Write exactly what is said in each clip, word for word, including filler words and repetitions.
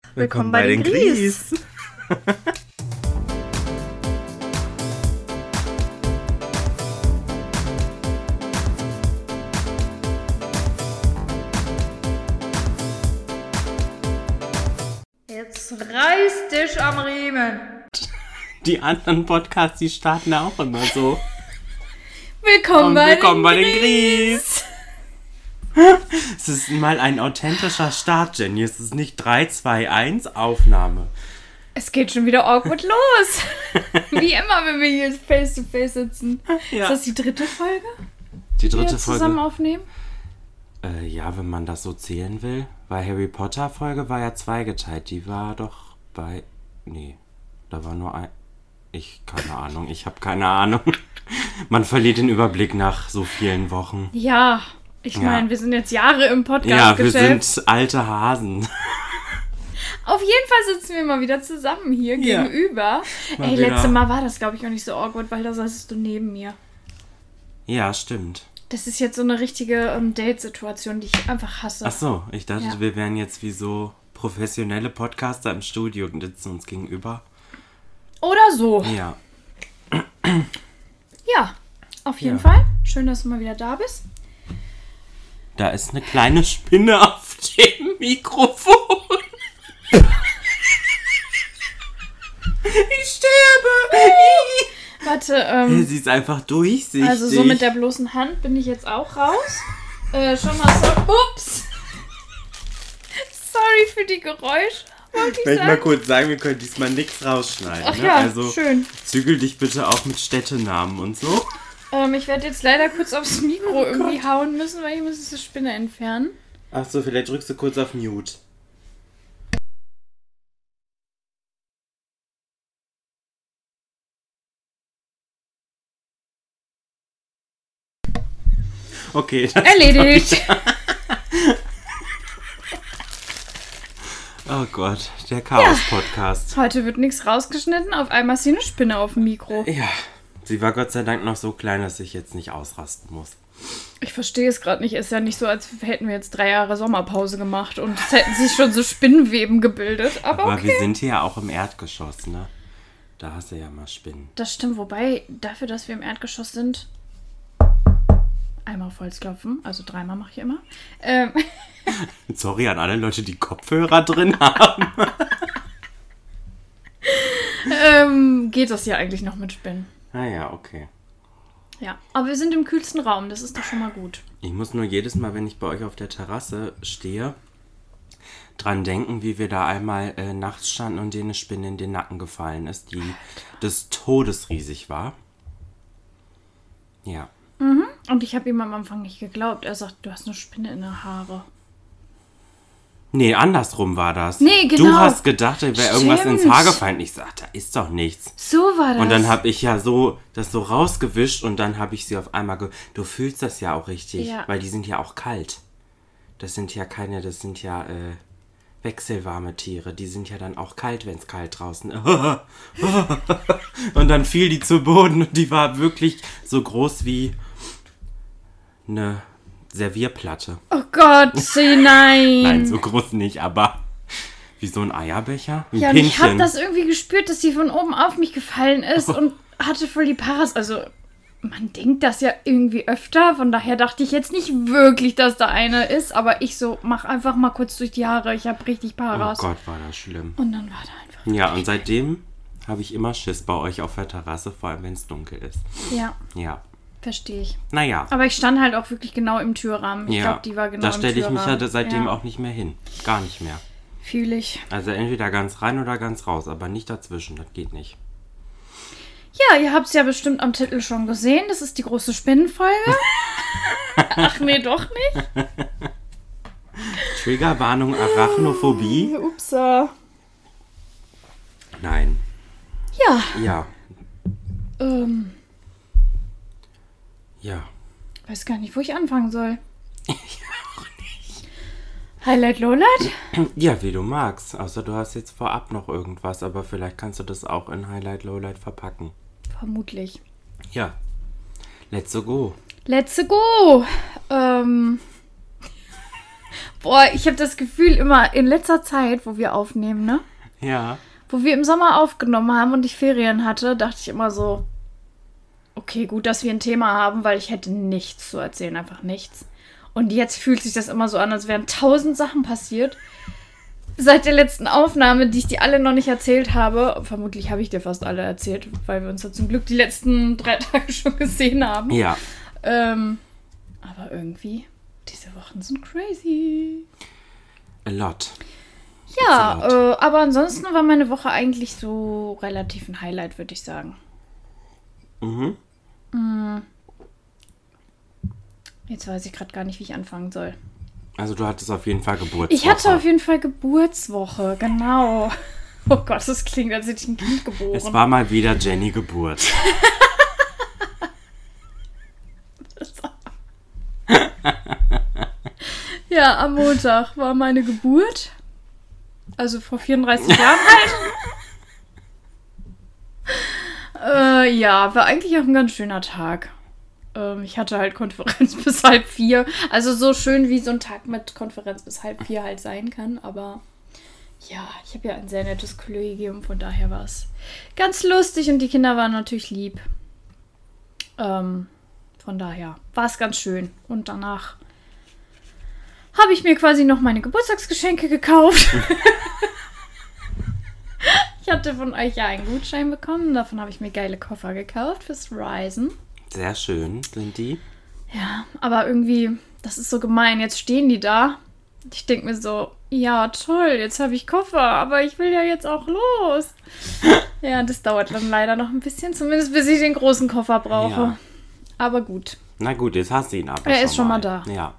Willkommen bei, bei den Gries. Jetzt reiß dich am Riemen. Die anderen Podcasts, die starten auch immer so. Willkommen, Und bei, willkommen den bei den Gries. Gries. Es ist mal ein authentischer Start, Jenny. Es ist nicht drei, zwei, eins, Aufnahme. Es geht schon wieder awkward los. Wie immer, wenn wir hier face to face sitzen. Ja. Ist das die dritte Folge? Die Die wir dritte jetzt Folge. zusammen aufnehmen? Äh, ja, wenn man das so zählen will. Weil Harry Potter Folge war ja zweigeteilt. Die war doch bei... Nee, da war nur ein... Ich, keine Ahnung. Ich habe keine Ahnung. Man verliert den Überblick nach so vielen Wochen. Ja, ich Ja. meine, wir sind jetzt Jahre im Ja, wir Podcast-Geschäft. sind alte Hasen. Auf jeden Fall sitzen wir mal wieder zusammen hier Ja. gegenüber. Mal Ey, wieder. letztes Mal war das, glaube ich, auch nicht so awkward, weil da saßest du neben mir. Ja, stimmt. Das ist jetzt so eine richtige ähm, Date-Situation, die ich einfach hasse. Ach so, ich dachte, Ja. wir wären jetzt wie so professionelle Podcaster im Studio und sitzen uns gegenüber. Oder so. Ja. Ja, auf jeden Ja. Fall. Schön, dass du mal wieder da bist. Da ist eine kleine Spinne auf dem Mikrofon. Ich sterbe. Warte, ähm, Sie ist einfach durchsichtig. also so mit der bloßen Hand bin ich jetzt auch raus. Äh, schon mal so. Ups. Sorry für die Geräusche. Wollte ich Wenn ich sagen. mal kurz sagen, wir können diesmal nichts rausschneiden. Ach ne? ja, also schön. zügel dich bitte auch mit Städtenamen und so. Ähm, ich werde jetzt leider kurz aufs Mikro Oh irgendwie hauen müssen, weil ich muss diese Spinne entfernen. Ach so, vielleicht drückst du kurz auf Mute. Okay. das- Erledigt. Oh Gott, der Chaos-Podcast. Heute wird nichts rausgeschnitten. Auf einmal ist hier eine Spinne auf dem Mikro. Ja, sie war Gott sei Dank noch so klein, dass ich jetzt nicht ausrasten muss. Ich verstehe es gerade nicht. Ist ja nicht so, als hätten wir jetzt drei Jahre Sommerpause gemacht und es hätten sich schon so Spinnenweben gebildet. Aber, Aber okay. wir sind hier ja auch im Erdgeschoss, ne? Da hast du ja mal Spinnen. Das stimmt. Wobei, dafür, dass wir im Erdgeschoss sind, einmal auf Holz klopfen. Also dreimal mache ich immer. Ähm, Sorry an alle Leute, die Kopfhörer drin haben. ähm, geht das ja eigentlich noch mit Spinnen. Ah ja, okay. Ja, aber wir sind im kühlsten Raum. Das ist doch schon mal gut. Ich muss nur jedes Mal, wenn ich bei euch auf der Terrasse stehe, dran denken, wie wir da einmal äh, nachts standen und denen eine Spinne in den Nacken gefallen ist, die des Todes riesig war. Ja. Und ich habe ihm am Anfang nicht geglaubt. Er sagt, du hast eine Spinne in den Haare. Nee, andersrum war das. Nee, Du genau. hast gedacht, da wäre irgendwas ins Stimmt. Haar gefallen. Ich sag, da ist doch nichts. So war das. Und dann habe ich ja so das so rausgewischt und dann habe ich sie auf einmal ge... Du fühlst das ja auch richtig, Ja. weil die sind ja auch kalt. Das sind ja keine, das sind ja äh, wechselwarme Tiere. Die sind ja dann auch kalt, wenn es kalt draußen ist. Und dann fiel die zu Boden und die war wirklich so groß wie eine Servierplatte. Oh Gott, sie, nein. Nein, so groß nicht, aber wie so ein Eierbecher. Wie Ja, ein und ich habe Pinchen. das irgendwie gespürt, dass sie von oben auf mich gefallen ist und hatte voll die Paras. Also, man denkt das ja irgendwie öfter. Von daher dachte ich jetzt nicht wirklich, dass da eine ist. Aber ich so, mach einfach mal kurz durch die Haare. Ich habe richtig Oh Paras. Gott, war das schlimm. Und dann war da einfach. Ja, und seitdem habe ich immer Schiss bei euch auf der Terrasse, vor allem wenn es dunkel ist. Ja, Ja, verstehe ich. naja. Aber ich stand halt auch wirklich genau im Türrahmen. Ich ja. glaube, die war genau Da im stelle ich mich Türrahmen. ja seitdem ja. auch nicht mehr hin. Gar nicht mehr. Fühle ich. Also entweder ganz rein oder ganz raus, aber nicht dazwischen. Das geht nicht. Ja, ihr habt es ja bestimmt am Titel schon gesehen. Das ist die große Spinnenfolge. Ach nee, doch nicht. Triggerwarnung Arachnophobie? Upsa. Nein. Ja, Ja. ähm, Ja. weiß gar nicht, wo ich anfangen soll. Highlight, Lowlight? Ja, wie du magst. Außer du hast jetzt vorab noch irgendwas, aber vielleicht kannst du das auch in Highlight, Lowlight verpacken. Vermutlich. Ja. Let's go. Let's go! Ähm, Boah, ich habe das Gefühl immer in letzter Zeit, wo wir aufnehmen, ne? Ja. Wo wir im Sommer aufgenommen haben und ich Ferien hatte, dachte ich immer so, okay, gut, dass wir ein Thema haben, weil ich hätte nichts zu erzählen, einfach nichts. Und jetzt fühlt sich das immer so an, als wären tausend Sachen passiert. Seit der letzten Aufnahme, die ich dir alle noch nicht erzählt habe. Vermutlich habe ich dir fast alle erzählt, weil wir uns ja zum Glück die letzten drei Tage schon gesehen haben. Ja. Ähm, aber irgendwie, diese Wochen sind crazy. A lot. Ja, It's a lot. äh, aber ansonsten war meine Woche eigentlich so relativ ein Highlight, würde ich sagen. Mhm. Jetzt weiß ich gerade gar nicht, wie ich anfangen soll. Also du hattest auf jeden Fall Geburtstag. Ich hatte auf jeden Fall Geburtswoche, genau. Oh Gott, das klingt, als hätte ich ein Kind geboren. Es war mal wieder Jenny Geburt. Ja, am Montag war meine Geburt. Also vor vierunddreißig Jahren halt. äh, ja, war eigentlich auch ein ganz schöner Tag. Ähm, ich hatte halt Konferenz bis halb vier. Also so schön, wie so ein Tag mit Konferenz bis halb vier halt sein kann. Aber ja, ich habe ja ein sehr nettes Kollegium. Von daher war es ganz lustig. Und die Kinder waren natürlich lieb. Ähm, von daher war es ganz schön. Und danach habe ich mir quasi noch meine Geburtstagsgeschenke gekauft. Ich hatte von euch ja einen Gutschein bekommen. Davon habe ich mir geile Koffer gekauft fürs Reisen. Sehr schön sind die. Ja, aber irgendwie, das ist so gemein. Jetzt stehen die da. Ich denke mir so, ja toll, jetzt habe ich Koffer, aber ich will ja jetzt auch los. Ja, das dauert dann leider noch ein bisschen, zumindest bis ich den großen Koffer brauche. Ja. Aber gut. Na gut, jetzt hast du ihn aber Er schon ist schon mal mal da. Ja.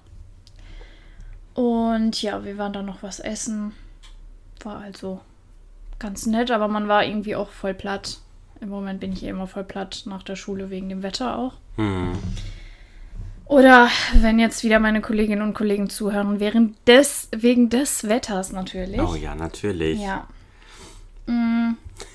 Und ja, wir waren dann noch was essen. War also ganz nett, aber man war irgendwie auch voll platt. Im Moment bin ich eh immer voll platt nach der Schule wegen dem Wetter auch. Hm. Oder wenn jetzt wieder meine Kolleginnen und Kollegen zuhören, während des, wegen des Wetters natürlich. Oh ja, natürlich. Ja. Mm,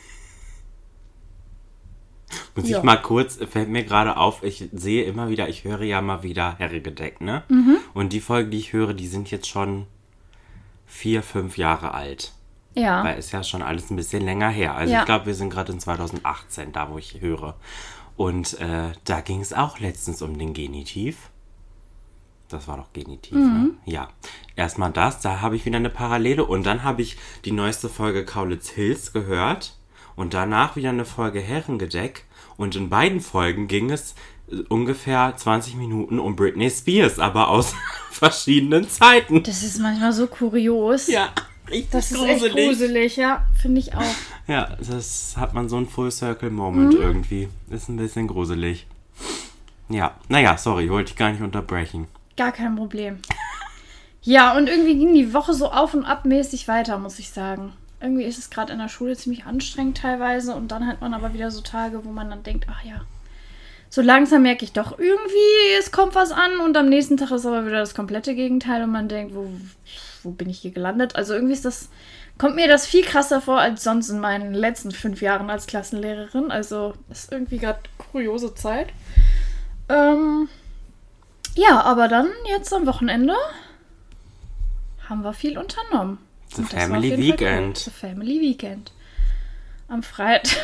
Muss Ja. ich mal kurz, fällt mir gerade auf, ich sehe immer wieder, ich höre ja mal wieder Herrengedeck, ne? Mhm. Und die Folgen, die ich höre, die sind jetzt schon vier, fünf Jahre alt. ja. Weil ist ja schon alles ein bisschen länger her. Also Ja. ich glaube, wir sind gerade in zwanzig achtzehn, da wo ich höre. Und äh, da ging es auch letztens um den Genitiv. Das war doch Genitiv, Mhm. ne? Ja. Erstmal das, da habe ich wieder eine Parallele. Und dann habe ich die neueste Folge Kaulitz Hills gehört. Und danach wieder eine Folge Herrengedeck. Und in beiden Folgen ging es äh, ungefähr zwanzig Minuten um Britney Spears, aber aus verschiedenen Zeiten. Das ist manchmal so kurios. Ja, richtig Das ist echt gruselig, ja. Finde ich auch. Ja, das hat man so einen Full-Circle-Moment Mhm. irgendwie. Ist ein bisschen gruselig. Ja, naja, sorry, wollte ich gar nicht unterbrechen. Gar kein Problem. Ja, und irgendwie ging die Woche so auf und ab mäßig weiter, muss ich sagen. Irgendwie ist es gerade in der Schule ziemlich anstrengend teilweise und dann hat man aber wieder so Tage, wo man dann denkt, ach ja, so langsam merke ich doch irgendwie, es kommt was an und am nächsten Tag ist aber wieder das komplette Gegenteil und man denkt, wo, wo bin ich hier gelandet? Also irgendwie ist das, kommt mir das viel krasser vor als sonst in meinen letzten fünf Jahren als Klassenlehrerin. Also ist irgendwie gerade kuriose Zeit. Ähm, ja, aber dann jetzt am Wochenende haben wir viel unternommen. The Und das war auf Family jeden Fall Weekend. cool. The Family Weekend. Am Freitag.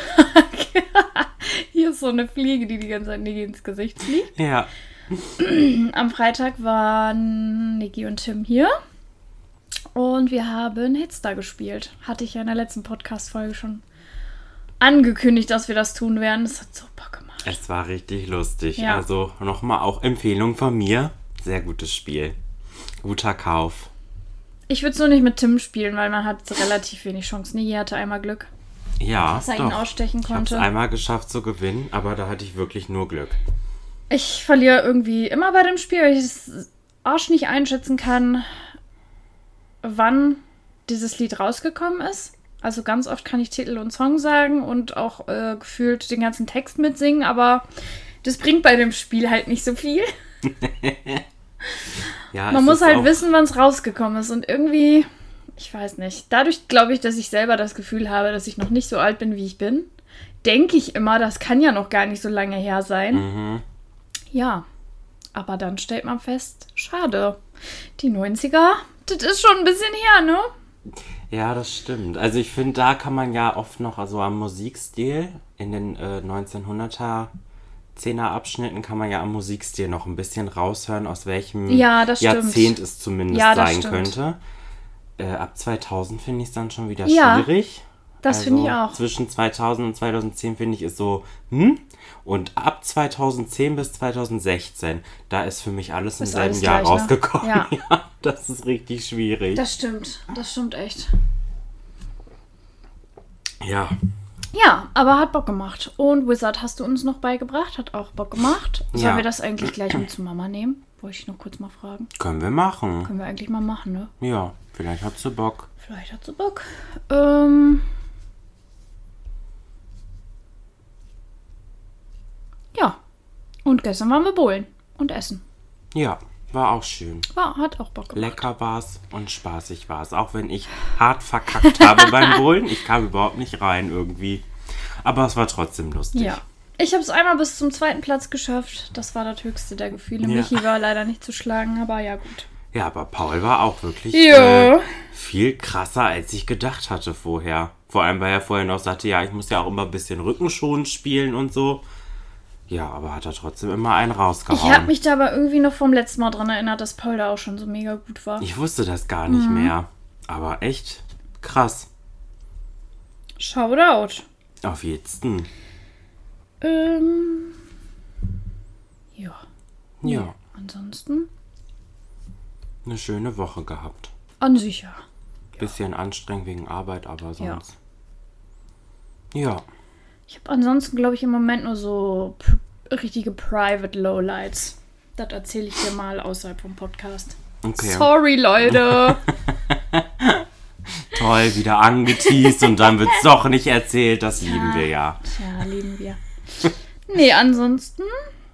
Hier ist so eine Fliege, die die ganze Zeit Niki ins Gesicht fliegt. Ja, Am Freitag waren Niki und Tim hier. Und wir haben Hitstar gespielt. Hatte ich ja in der letzten Podcast-Folge schon angekündigt, dass wir das tun werden. Das hat so Bock gemacht. es war richtig lustig. Ja. Also nochmal auch Empfehlung von mir. Sehr gutes Spiel. Guter Kauf. Ich würde es nur nicht mit Tim spielen, weil man hat relativ wenig Chancen. Niki hatte einmal Glück, Ja, dass er ihn doch. ausstechen Ich habe es konnte. einmal geschafft zu gewinnen, aber da hatte ich wirklich nur Glück. Ich verliere irgendwie immer bei dem Spiel, weil ich es Arsch nicht einschätzen kann, wann dieses Lied rausgekommen ist. Also ganz oft kann ich Titel und Song sagen und auch äh, gefühlt den ganzen Text mitsingen, aber das bringt bei dem Spiel halt nicht so viel. Ja, Man es muss ist halt auch, wissen, wann es rausgekommen ist und irgendwie, ich weiß nicht. Dadurch glaube ich, dass ich selber das Gefühl habe, dass ich noch nicht so alt bin, wie ich bin, denke ich immer, das kann ja noch gar nicht so lange her sein. Mhm. Ja, Aber dann stellt man fest, schade. Die neunziger, das ist schon ein bisschen her, ne? Ja, das stimmt. Also ich finde, da kann man ja oft noch, also am Musikstil, in den äh, neunzehnhunderter Zehner-Abschnitten kann man ja am Musikstil noch ein bisschen raushören, aus welchem Ja, das stimmt. Jahrzehnt es zumindest Ja, das sein stimmt. könnte. Äh, ab zweitausend finde ich es dann schon wieder Ja, schwierig. das Also finde ich auch. Zwischen zweitausend und zweitausendzehn finde ich ist so, hm? Und ab zweitausendzehn bis zweitausendsechzehn, da ist für mich alles im Ist selben alles Jahr gleich, ne? rausgekommen. Ja. Ja, das ist richtig schwierig. Das stimmt, das stimmt echt. ja. Ja, aber hat Bock gemacht. Und Wizard hast du uns noch beigebracht, hat auch Bock gemacht. Sollen Ja. wir das eigentlich gleich mit zu Mama nehmen? Wollte ich noch kurz mal fragen. Können wir machen. Können wir eigentlich mal machen, ne? Ja, vielleicht hat sie Bock. Vielleicht hat sie Bock. Ähm... Ja. Und gestern waren wir bowlen und essen. Ja, war auch schön. War, hat auch Bock gemacht. Lecker war's und spaßig war's. Auch wenn ich hart verkackt habe beim Bowlen. Ich kam überhaupt nicht rein irgendwie. Aber es war trotzdem lustig. Ja. Ich habe es einmal bis zum zweiten Platz geschafft. Das war das höchste der Gefühle. Ja. Michi war leider nicht zu schlagen, aber ja gut. Ja, aber Paul war auch wirklich Ja. äh, viel krasser, als ich gedacht hatte vorher. Vor allem, weil er vorher noch sagte, ja, ich muss ja auch immer ein bisschen rückenschonend spielen und so. Ja, aber hat er trotzdem immer einen Ich rausgehauen. habe mich da aber irgendwie noch vom letzten Mal dran erinnert, dass Paul da auch schon so mega gut war. Ich wusste das gar nicht Mhm. mehr. Aber echt krass. Shoutout. Auf jeden. Ähm. Ja. Ja, Ansonsten eine schöne Woche gehabt. an sich ja. Bisschen anstrengend wegen Arbeit, aber sonst. Ja. Ich habe ansonsten, glaube ich, im Moment nur so p- richtige Private Lowlights. Das erzähle ich dir mal außerhalb vom Podcast. Okay. Sorry, Leute. Toll, wieder angeteased und dann wird's doch nicht erzählt. Das lieben wir ja. Tja, lieben wir. Nee, ansonsten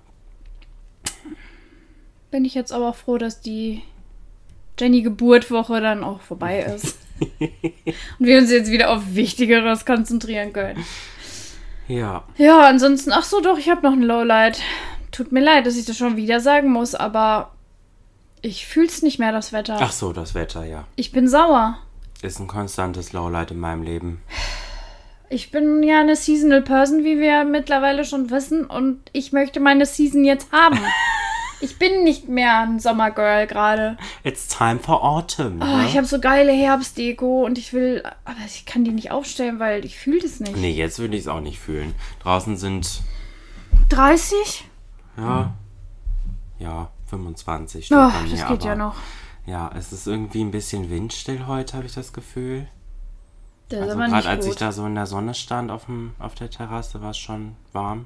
bin ich jetzt aber froh, dass die Jenny-Geburtwoche dann auch vorbei ist. Und wir uns jetzt wieder auf Wichtigeres konzentrieren können. Ja. Ja, ansonsten, ach so, doch, ich habe noch ein Lowlight. Tut mir leid, dass ich das schon wieder sagen muss, aber ich fühl's nicht mehr, das Wetter. Ach so, das Wetter, ja. Ich bin sauer. Ist ein konstantes Lowlight in meinem Leben. Ich bin ja eine Seasonal Person, wie wir mittlerweile schon wissen, und ich möchte meine Season jetzt haben. Ich bin nicht mehr ein Sommergirl gerade. It's time for autumn. Oh, ne? ich habe so geile Herbstdeko und ich will, aber ich kann die nicht aufstellen, weil ich fühle das nicht. Nee, jetzt würde ich es auch nicht fühlen. Draußen sind, dreißig? ja, ja, fünfundzwanzig steht Oh, bei mir. das geht ja aber noch. Ja, es ist irgendwie ein bisschen windstill heute, habe ich das Gefühl. Das ist Also aber gerade nicht als gut. ich da so in der Sonne stand auf, dem, auf der Terrasse, war es schon warm.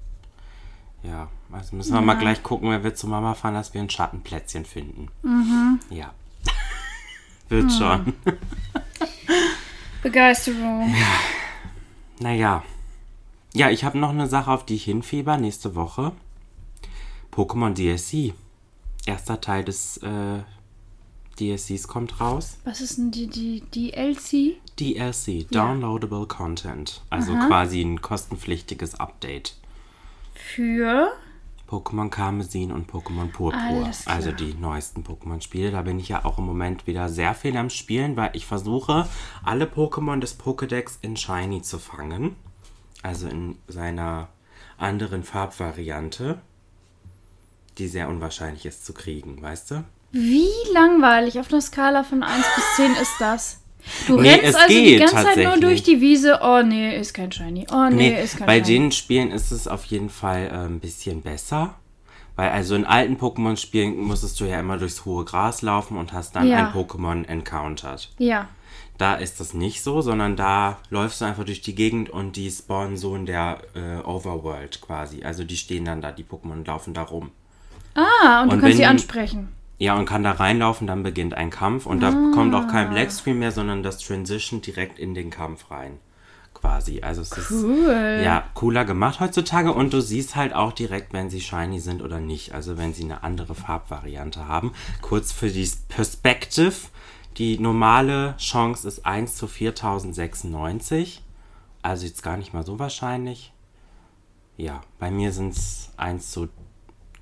Ja, also müssen wir mal gleich gucken, wenn wir zu Mama fahren, dass wir ein Schattenplätzchen finden. Mhm. Ja. Wird schon. Begeisterung. Naja. Ja, ich habe noch eine Sache, auf die ich hinfieber nächste Woche. Pokémon D S C. Erster Teil des äh, D S Cs kommt raus. Was ist denn die, die, die L C? D L C, Ja. Downloadable Content. Also Aha. quasi ein kostenpflichtiges Update. Für? Pokémon Karmesin und Pokémon Purpur. Alles klar. Also die neuesten Pokémon-Spiele. Da bin ich ja auch im Moment wieder sehr viel am Spielen, weil ich versuche, alle Pokémon des Pokédex in Shiny zu fangen. Also in seiner anderen Farbvariante, die sehr unwahrscheinlich ist zu kriegen, weißt du? Wie langweilig auf einer Skala von eins bis zehn ist das? Du Nee, rennst es also die geht ganze Zeit nur tatsächlich. durch die Wiese. Oh nee, ist kein Shiny. Oh nee, Nee, ist kein bei Shiny. den Spielen ist es auf jeden Fall äh, ein bisschen besser. Weil also in alten Pokémon-Spielen musstest du ja immer durchs hohe Gras laufen und hast dann Ja. ein Pokémon encountered. Ja. Da ist das nicht so, sondern da läufst du einfach durch die Gegend und die spawnen so in der äh, Overworld quasi. Also die stehen dann da, die Pokémon und laufen da rum. Ah, und, Und du kannst sie wenn- ansprechen. Ja, und kann da reinlaufen, dann beginnt ein Kampf. Und da kommt auch kein Blackscreen mehr, sondern das Transition direkt in den Kampf rein. Quasi. Also es ist Cool. ja cooler gemacht heutzutage. Und du siehst halt auch direkt, wenn sie shiny sind oder nicht. Also wenn sie eine andere Farbvariante haben. Kurz für die Perspective. Die normale Chance ist eins zu viertausendsechsundneunzig. Also jetzt gar nicht mal so wahrscheinlich. Ja, bei mir sind es eins zu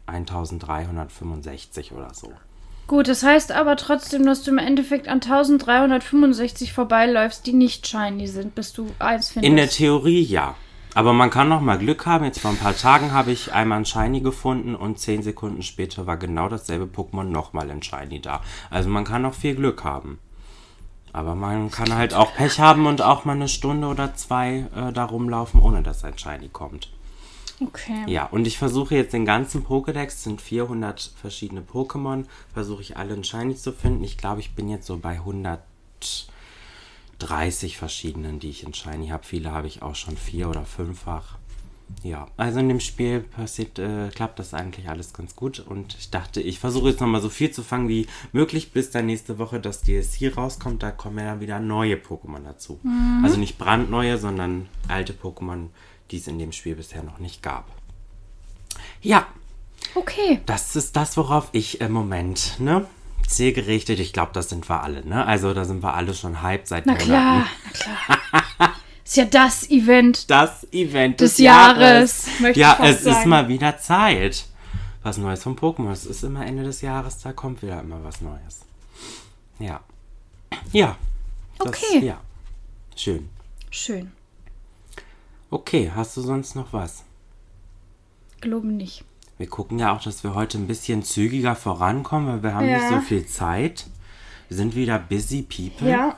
eintausenddreihundertfünfundsechzig oder so. Gut, das heißt aber trotzdem, dass du im Endeffekt an eintausenddreihundertfünfundsechzig vorbeiläufst, die nicht shiny sind, bis du eins findest. In der Theorie ja. Aber man kann noch mal Glück haben. Jetzt vor ein paar Tagen habe ich einmal ein Shiny gefunden und zehn Sekunden später war genau dasselbe Pokémon nochmal in Shiny da. Also man kann noch viel Glück haben. Aber man kann halt auch Pech haben und auch mal eine Stunde oder zwei äh, da rumlaufen, ohne dass ein Shiny kommt. Okay. Ja, und ich versuche jetzt den ganzen Pokédex, es sind vierhundert verschiedene Pokémon, versuche ich alle in Shiny zu finden. Ich glaube, ich bin jetzt so bei hundertdreißig verschiedenen, die ich in Shiny habe. Viele habe ich auch schon vier- oder fünffach. Ja, also in dem Spiel passiert, äh, klappt das eigentlich alles ganz gut. Und ich dachte, ich versuche jetzt nochmal so viel zu fangen wie möglich, bis dann nächste Woche das D L C rauskommt. Da kommen ja dann wieder neue Pokémon dazu. Mhm. Also nicht brandneue, sondern alte Pokémon, die es in dem Spiel bisher noch nicht gab. Ja. Okay. Das ist das, worauf ich im Moment, ne? Zielgerichtet, ich glaube, das sind wir alle, ne? Also da sind wir alle schon hyped seit Na Monaten. klar, na klar. Ist ja das Event. Das Event des, des Jahres. Jahres. Möchte Ja, ich fast es sagen. ist mal wieder Zeit. Was Neues vom Pokémon. Es ist immer Ende des Jahres, da kommt wieder immer was Neues. Ja. Ja. Das, Okay. Ja. Schön. Schön. Okay, hast du sonst noch was? Glaube nicht. Wir gucken ja auch, dass wir heute ein bisschen zügiger vorankommen, weil wir haben Ja. nicht so viel Zeit. Wir sind wieder busy people. Ja.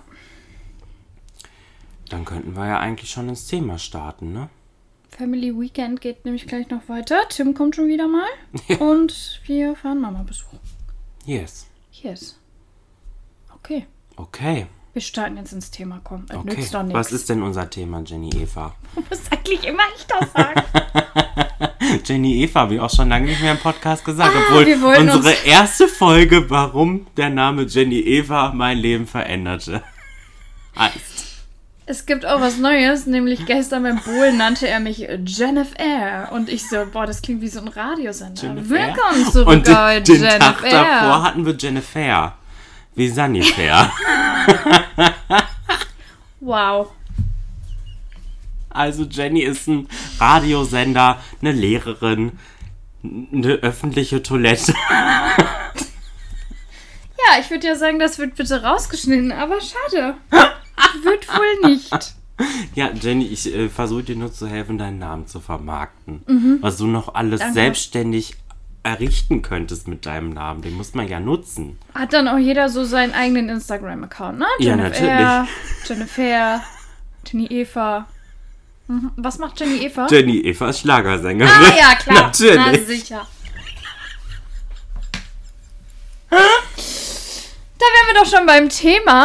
Dann könnten wir ja eigentlich schon ins Thema starten, ne? Family Weekend geht nämlich gleich noch weiter. Tim kommt schon wieder mal. Und wir fahren Mama besuchen. Yes. Yes. Okay. Okay. Wir starten jetzt ins Thema. Komm, das Okay. nützt doch nichts. Was ist denn unser Thema, Jenny Eva? Du musst eigentlich immer ich das sagen. Jenny Eva, habe ich auch schon lange nicht mehr im Podcast gesagt, Ah, obwohl wir wollten unsere uns- erste Folge, warum der Name Jenny Eva mein Leben veränderte, heißt. Es gibt auch was Neues, nämlich gestern beim Bohlen nannte er mich Jennifer. Und ich so, boah, das klingt wie so ein Radiosender. Jennifer? Willkommen zurück Und den, bei den Tag Jennifer. davor hatten wir Jennifer. Wie Sanifair. Wow. Also Jenny ist ein Radiosender, eine Lehrerin, eine öffentliche Toilette. Ja, ich würde ja sagen, das wird bitte rausgeschnitten, aber schade. Wird wohl nicht. Ja, Jenny, ich äh, versuche dir nur zu helfen, deinen Namen zu vermarkten. Was du noch alles Danke. selbstständig errichten könntest mit deinem Namen. Den muss man ja nutzen. Hat dann auch jeder so seinen eigenen Instagram-Account, ne? Ja, Jennifer, natürlich. Jennifer, Jenny Eva. Mhm. Was macht Jenny Eva? Jenny Eva ist Schlagersängerin. Ah ja, klar. Natürlich. Na sicher. Da wären wir doch schon beim Thema.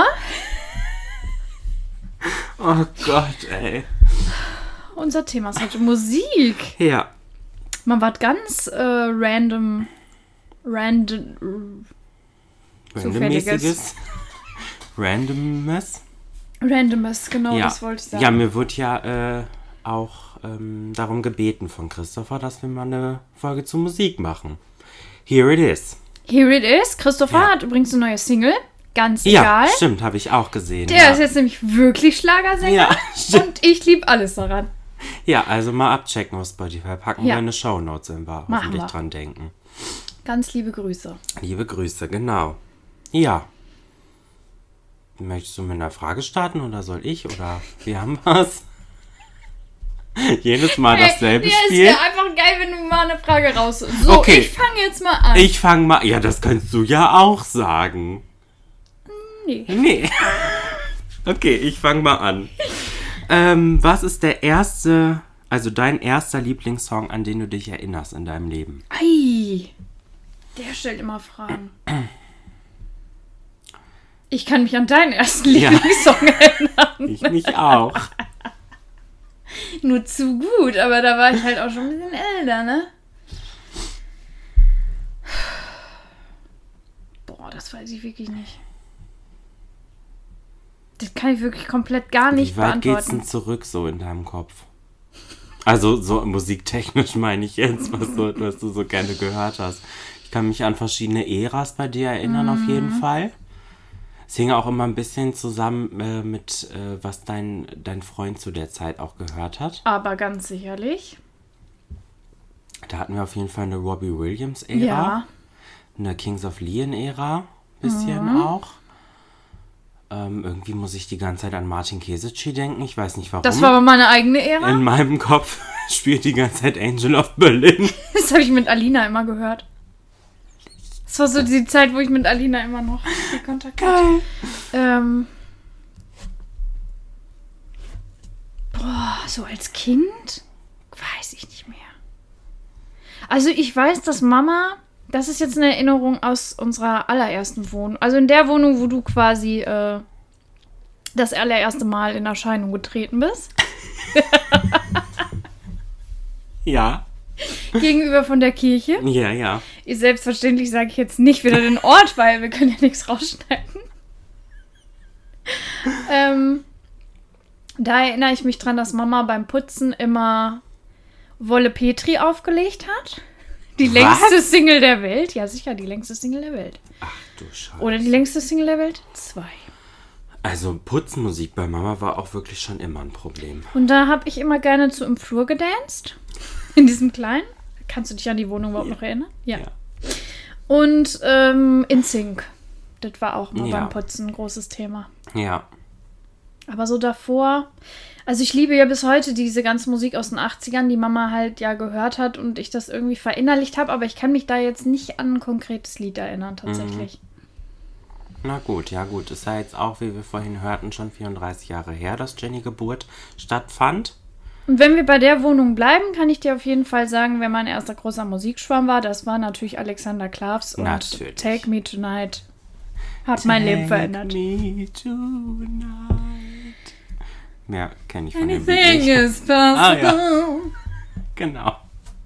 Oh Gott, ey. Unser Thema ist heute Musik. Ja. Man war ganz äh, random. Random. Randommäßiges. Randomness. Randomness, genau, Ja. das wollte ich sagen. Ja, mir wurde ja äh, auch ähm, darum gebeten von Christopher, dass wir mal eine Folge zu Musik machen. Here it is. Here it is. Christopher Ja. hat übrigens eine neue Single. Ganz Ja, egal. stimmt, habe ich auch gesehen. Der ja. ist jetzt nämlich wirklich Schlagersänger. Ja, stimmt. Und ich liebe alles daran. Ja, also mal abchecken auf Spotify. Packen Ja. wir eine Shownotes, wenn wir Machen hoffentlich wir. dran denken. Ganz liebe Grüße. Liebe Grüße, genau. Ja. Möchtest du mit einer Frage starten oder soll ich? Oder wir haben was? Jedes Mal dasselbe ja, Spiel. Es wäre einfach geil, wenn du mal eine Frage raus. So, Okay. ich fange jetzt mal an. Ich fange mal. Ja, das kannst du ja auch sagen. Nee. Nee. Okay, ich fange mal an. Ähm, was ist der erste, also dein erster Lieblingssong, an den du dich erinnerst in deinem Leben? Ei. Der stellt immer Fragen. Ich kann mich an deinen ersten Ja. Lieblingssong erinnern. Ich mich auch. Nur zu gut, aber da war ich halt auch schon ein bisschen älter, ne? Boah, das weiß ich wirklich nicht. Das kann ich wirklich komplett gar nicht Wie weit geht's beantworten. denn zurück so in deinem Kopf? Also so musiktechnisch meine ich jetzt, was du, was du so gerne gehört hast. Ich kann mich an verschiedene Äras bei dir erinnern, auf jeden Mhm. Fall. Es hing auch immer ein bisschen zusammen äh, mit, äh, was dein, dein Freund zu der Zeit auch gehört hat. Aber ganz sicherlich. Da hatten wir auf jeden Fall eine Robbie Williams-Ära. Ja. Eine Kings of Leon-Ära. Bisschen mhm. auch. Ähm, irgendwie muss ich die ganze Zeit an Martin Kesici denken. Ich weiß nicht warum. Das war aber meine eigene Ära. In meinem Kopf spielt die ganze Zeit Angel of Berlin. Das habe ich mit Alina immer gehört. Das war so die Zeit, wo ich mit Alina immer noch viel Kontakt hatte. Ähm, boah, so als Kind? Weiß ich nicht mehr. Also ich weiß, dass Mama, das ist jetzt eine Erinnerung aus unserer allerersten Wohnung. Also in der Wohnung, wo du quasi äh, das allererste Mal in Erscheinung getreten bist. Ja. Gegenüber von der Kirche. Ja, ja. Selbstverständlich sage ich jetzt nicht wieder den Ort, weil wir können ja nichts rausschneiden. ähm, da erinnere ich mich dran, dass Mama beim Putzen immer Wolle Petri aufgelegt hat. Die Was? längste Single der Welt. Ja, sicher, die längste Single der Welt. Ach du Scheiße. Oder die längste Single der Welt? Zwei. Also Putzenmusik bei Mama war auch wirklich schon immer ein Problem. Und da habe ich immer gerne zu im Flur gedanced. In diesem kleinen. Kannst du dich an die Wohnung überhaupt Ja. noch erinnern? Ja. Ja. Und ähm, in Sync. Das war auch mal Ja. beim Putzen ein großes Thema. Ja. Aber so davor, also ich liebe ja bis heute diese ganze Musik aus den achtzigern, die Mama halt ja gehört hat und ich das irgendwie verinnerlicht habe, aber ich kann mich da jetzt nicht an ein konkretes Lied erinnern, tatsächlich. Na gut, ja gut. Ist ja jetzt auch, wie wir vorhin hörten, schon vierunddreißig Jahre her, dass Jenny Geburt stattfand. Und wenn wir bei der Wohnung bleiben, kann ich dir auf jeden Fall sagen, wer mein erster großer Musikschwarm war, das war natürlich Alexander Klavs und Natürlich. Take Me Tonight hat mein Leben verändert. Take me tonight. Mehr kenne ich von dem Lied Anything nicht. is possible. Ah, ja. Genau.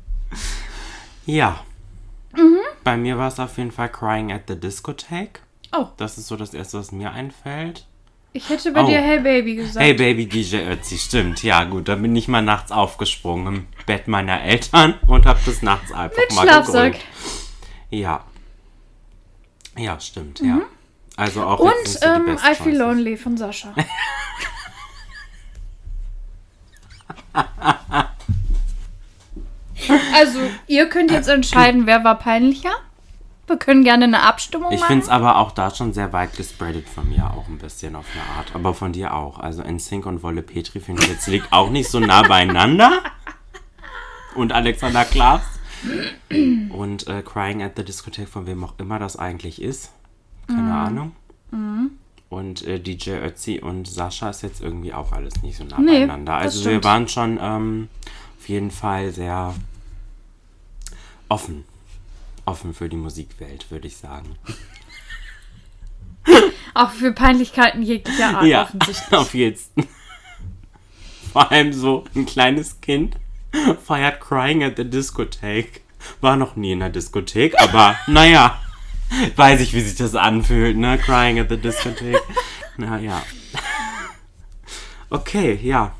Ja. Mhm. Bei mir war es auf jeden Fall Crying at the Discotheque. Oh, Das ist so das Erste, was mir einfällt. ich hätte bei Oh. dir Hey Baby gesagt. Hey Baby D J Ötzi, stimmt. Ja gut, da bin ich mal nachts aufgesprungen im Bett meiner Eltern und hab das nachts einfach Mit mal Schlafsack. gegrölt. Ja. Ja, stimmt, ja. Also auch Und jetzt nicht so die ähm, Best I Feel Choices. Lonely von Sascha. Also, ihr könnt jetzt entscheiden, wer war peinlicher. Wir können gerne eine Abstimmung Ich machen. finde es aber auch da schon sehr weit gespreadet von mir auch ein bisschen auf eine Art. Aber von dir auch. Also N Sync und Wolle Petri finde ich jetzt liegt auch nicht so nah beieinander. Und Alexander Klavs. Und äh, Crying at the Discotheque, von wem auch immer das eigentlich ist. Keine Mhm. Ahnung. Und äh, D J Ötzi und Sascha ist jetzt irgendwie auch alles nicht so nah Nee, beieinander. das Also wir stimmt. waren schon ähm, auf jeden Fall sehr offen. Offen für die Musikwelt, würde ich sagen. Auch für Peinlichkeiten jeglicher Art Ja, offensichtlich. auf jeden. Vor allem so ein kleines Kind feiert Crying at the Discotheque. War noch nie in der Diskothek, aber naja, weiß ich, wie sich das anfühlt, ne? Crying at the Discotheque. Naja. Okay, ja.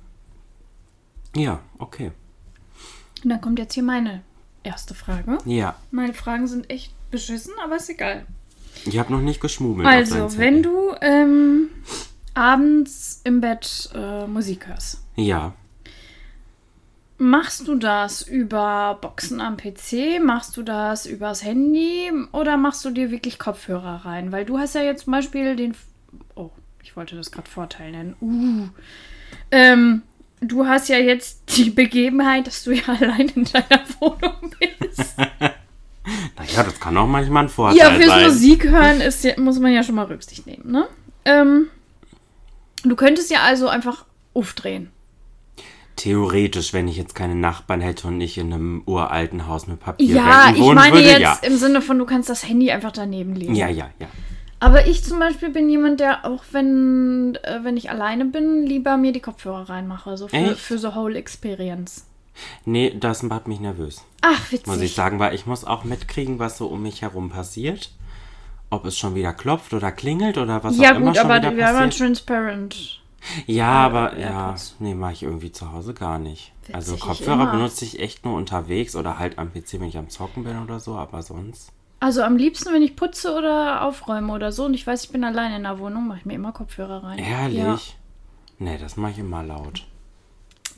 Ja, okay. Und dann kommt jetzt hier meine erste Frage. Ja. Meine Fragen sind echt beschissen, aber ist egal. Ich habe noch nicht geschmummelt. auf Also, deinen wenn Zettel. du ähm, abends im Bett äh, Musik hörst, Ja. machst du das über Boxen am P C? Machst du das übers Handy? Oder machst du dir wirklich Kopfhörer rein? Weil du hast ja jetzt zum Beispiel den... Oh, ich wollte das gerade Vorteil nennen. Uh. Ähm, du hast ja jetzt die Begebenheit, dass du ja allein in deiner Wohnung bist. Naja, das kann auch manchmal ein Vorteil Ja, fürs sein. Musik hören ist, ja- muss man ja schon mal Rücksicht nehmen, ne? Ähm, du könntest ja also einfach aufdrehen. Theoretisch, wenn ich jetzt keine Nachbarn hätte und nicht in einem uralten Haus mit Papierwänden Ja, ich wohnen meine würde, jetzt ja. im Sinne von, du kannst das Handy einfach daneben legen. Ja, ja, ja. Aber ich zum Beispiel bin jemand, der auch wenn, äh, wenn ich alleine bin, lieber mir die Kopfhörer reinmache. So für, Echt? für the whole experience. Nee, das macht mich nervös, Ach, witzig. muss ich sagen, weil ich muss auch mitkriegen, was so um mich herum passiert. Ob es schon wieder klopft oder klingelt oder was Ja auch immer gut, schon aber wieder wir haben passiert. transparent. Ja, Ah, aber ja, AirPods. nee, mache ich irgendwie zu Hause gar nicht. Witzig, also ich Kopfhörer immer. benutze ich echt nur unterwegs oder halt am P C, wenn ich am Zocken bin oder so, aber sonst. Also am liebsten, wenn ich putze oder aufräume oder so und ich weiß, ich bin alleine in der Wohnung, mache ich mir immer Kopfhörer rein. Ehrlich? Ja. Nee, das mache ich immer laut.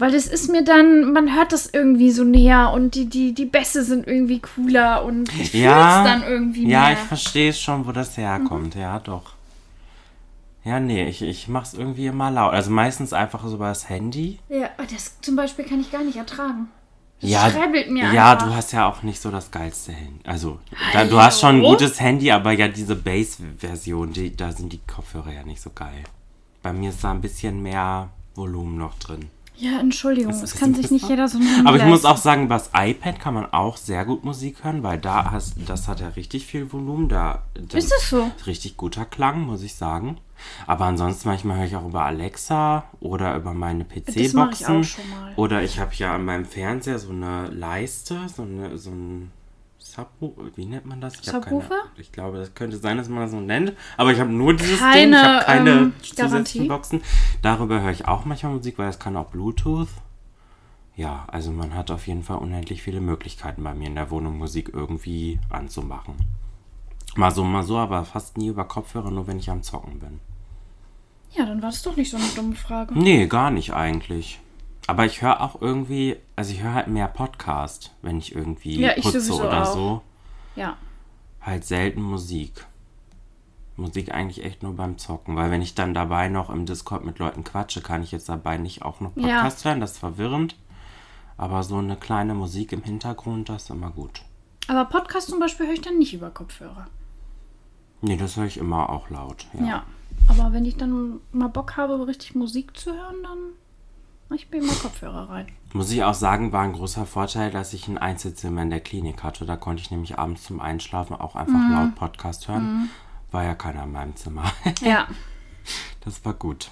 Weil das ist mir dann, man hört das irgendwie so näher und die, die, die Bässe sind irgendwie cooler und ich fühle es Ja, dann irgendwie ja, mehr. ich verstehe schon, wo das herkommt. Ja, doch. Ja, nee, ich, ich mach's irgendwie immer laut. Also meistens einfach so über das Handy. Ja, das zum Beispiel kann ich gar nicht ertragen. Das Ja, schrebbelt mir ja, einfach. du hast ja auch nicht so das geilste Handy. Also, da, du hast schon ein gutes Handy, aber ja, diese Bass-Version, die, da sind die Kopfhörer ja nicht so geil. Bei mir ist da ein bisschen mehr Volumen noch drin. Ja, Entschuldigung, Das es ist kann ein sich bisschen nicht jeder so ein Aber ich muss leisten. auch sagen, über das iPad kann man auch sehr gut Musik hören, weil da hast, das hat ja richtig viel Volumen. Da, da Ist das so? Richtig guter Klang, muss ich sagen. Aber ansonsten manchmal höre ich auch über Alexa oder über meine P C-Boxen. Das mache ich auch schon mal. Oder ich habe ja an meinem Fernseher so eine Leiste, so, eine, so ein Subwoofer, wie nennt man das? Ich hab keine- Subwoofer? Ich glaube, das könnte sein, dass man das so nennt. Aber ich habe nur dieses Keine, Ding, ich habe keine ähm, zusätzlichen Garantie. Boxen. Darüber höre ich auch manchmal Musik, weil das kann auch Bluetooth. Ja, also man hat auf jeden Fall unendlich viele Möglichkeiten bei mir in der Wohnung Musik irgendwie anzumachen. Mal so, mal so, aber fast nie über Kopfhörer, nur wenn ich am Zocken bin. Ja, dann war das doch nicht so eine dumme Frage. Nee, gar nicht eigentlich. Aber ich höre auch irgendwie, also ich höre halt mehr Podcast, wenn ich irgendwie Ja, ich putze sowieso oder auch. so. Ja. Halt selten Musik. Musik eigentlich echt nur beim Zocken, weil wenn ich dann dabei noch im Discord mit Leuten quatsche, kann ich jetzt dabei nicht auch noch Podcast hören, das ist verwirrend. Aber so eine kleine Musik im Hintergrund, das ist immer gut. Aber Podcast zum Beispiel höre ich dann nicht über Kopfhörer. Nee, das höre ich immer auch laut. Ja. Ja. Aber wenn ich dann mal Bock habe, richtig Musik zu hören, dann mache ich mir immer Kopfhörer rein. Muss ich auch sagen, war ein großer Vorteil, dass ich ein Einzelzimmer in der Klinik hatte. Da konnte ich nämlich abends zum Einschlafen auch einfach Mhm. laut Podcast hören. War ja keiner in meinem Zimmer. Ja. Das war gut.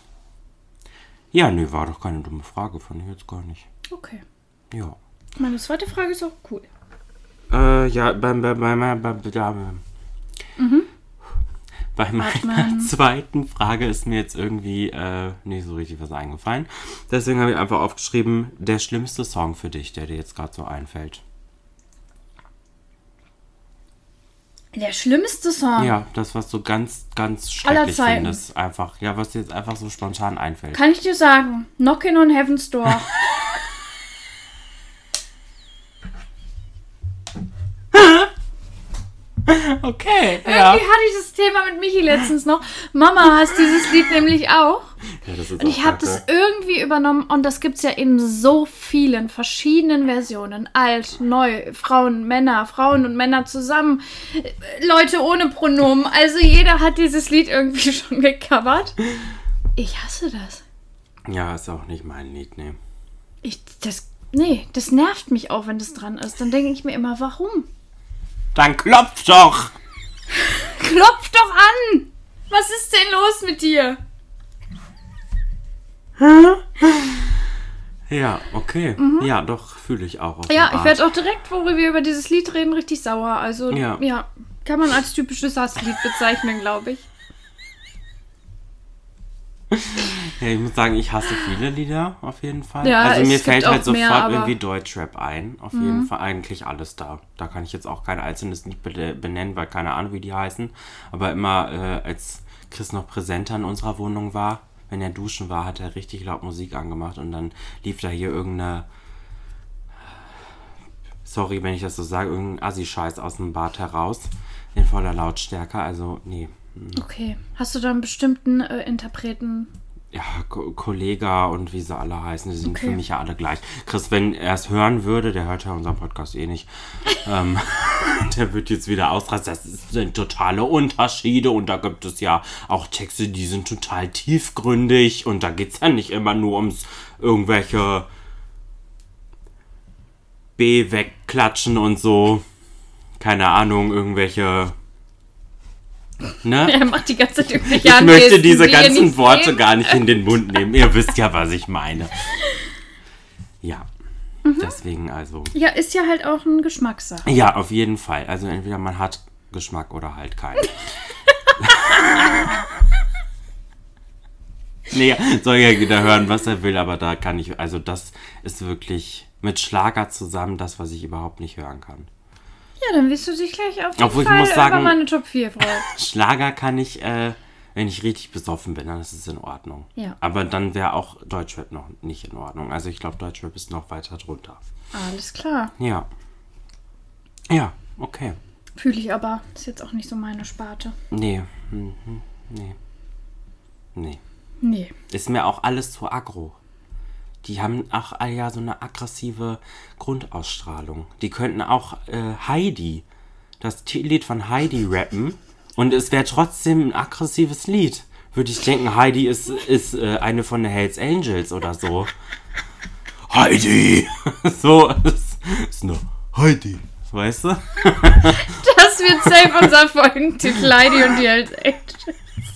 Ja, nee, war doch keine dumme Frage, fand ich jetzt gar nicht. Okay. Ja. Meine zweite Frage ist auch cool. Äh, ja, beim, bei, bei, bei, bei, bei, Mhm. bei meiner Atmen. zweiten Frage ist mir jetzt irgendwie äh, nicht so richtig was eingefallen. Deswegen habe ich einfach aufgeschrieben, der schlimmste Song für dich, der dir jetzt gerade so einfällt. Der schlimmste Song. Ja, das, was du ganz, ganz Aller schrecklich Zeiten. findest. Einfach, ja, was dir jetzt einfach so spontan einfällt. Kann ich dir sagen, Knockin' on Heaven's Door. Okay, Irgendwie hatte ich das Thema mit Michi letztens noch. Mama hasst dieses Lied nämlich auch. Ja, das ist Und ich habe das irgendwie übernommen und das gibt es ja in so vielen verschiedenen Versionen. Alt, neu, Frauen, Männer, Frauen und Männer zusammen, äh, Leute ohne Pronomen. Also jeder hat dieses Lied irgendwie schon gecovert. Ich hasse das. Ja, ist auch nicht mein Lied, nee. Ich, das, nee, das nervt mich auch, wenn das dran ist. Dann denke ich mir immer, warum? Dann klopf doch! Klopf doch an! Was ist denn los mit dir? Ja, okay. Ja, doch, fühle ich auch. Auf Ja, eine ich Art. werde auch direkt, wo wir über dieses Lied reden, richtig sauer. Also, Ja. ja, kann man als typisches Hasslied bezeichnen, glaube ich. Ja, ich muss sagen, ich hasse viele Lieder, auf jeden Fall. Ja, also es mir gibt fällt auch halt sofort mehr, aber- irgendwie Deutschrap ein. Auf jeden Fall eigentlich alles da. Da kann ich jetzt auch kein einzelnes Lied be- benennen, weil keine Ahnung, wie die heißen. Aber immer, äh, als Chris noch präsenter in unserer Wohnung war, wenn er duschen war, hat er richtig laut Musik angemacht und dann lief da hier irgendeine, sorry, wenn ich das so sage, irgendein Assi-Scheiß aus dem Bad heraus. In voller Lautstärke, also nee. Okay. Hast du da einen bestimmten äh, Interpreten? Ja, Ko- Kollega und wie sie alle heißen, die sind Okay. für mich ja alle gleich. Chris, wenn er es hören würde, der hört ja unseren Podcast eh nicht, ähm, der wird jetzt wieder ausrasten. Das sind totale Unterschiede und da gibt es ja auch Texte, die sind total tiefgründig und da geht es ja nicht immer nur ums irgendwelche B wegklatschen und so. Keine Ahnung, irgendwelche... Ne? Er macht die ganze Zeit irgendwelche Ich möchte Handgesten, diese die ihr ganzen nicht Worte seht. gar nicht in den Mund nehmen. Ihr wisst ja, was ich meine. Ja. Deswegen also. Ja, ist ja halt auch ein Geschmackssache. Ja, auf jeden Fall. Also entweder man hat Geschmack oder halt keinen. Nee, soll ja jeder hören, was er will, aber da kann ich, also das ist wirklich mit Schlager zusammen das, was ich überhaupt nicht hören kann. Ja, dann wirst du dich gleich auf jeden Obwohl ich Fall muss sagen- über meine Top vier freuen. Schlager kann ich, äh, Wenn ich richtig besoffen bin, dann ist es in Ordnung. Ja. Aber dann wäre auch Deutschrap noch nicht in Ordnung. Also ich glaube, Deutschrap ist noch weiter drunter. Alles klar. Ja. Ja, okay. Fühle ich aber. Ist jetzt auch nicht so meine Sparte. Nee. Mhm. Nee. Nee. Nee. Ist mir auch alles zu aggro. Die haben auch alle ja so eine aggressive Grundausstrahlung. Die könnten auch äh, Heidi, das Lied von Heidi rappen und es wäre trotzdem ein aggressives Lied. Würde ich denken, Heidi ist, ist äh, eine von den Hells Angels oder so. Heidi! So, es ist nur Heidi, weißt du? Das wird safe unser Folgentitel, Heidi und die Hells Angels.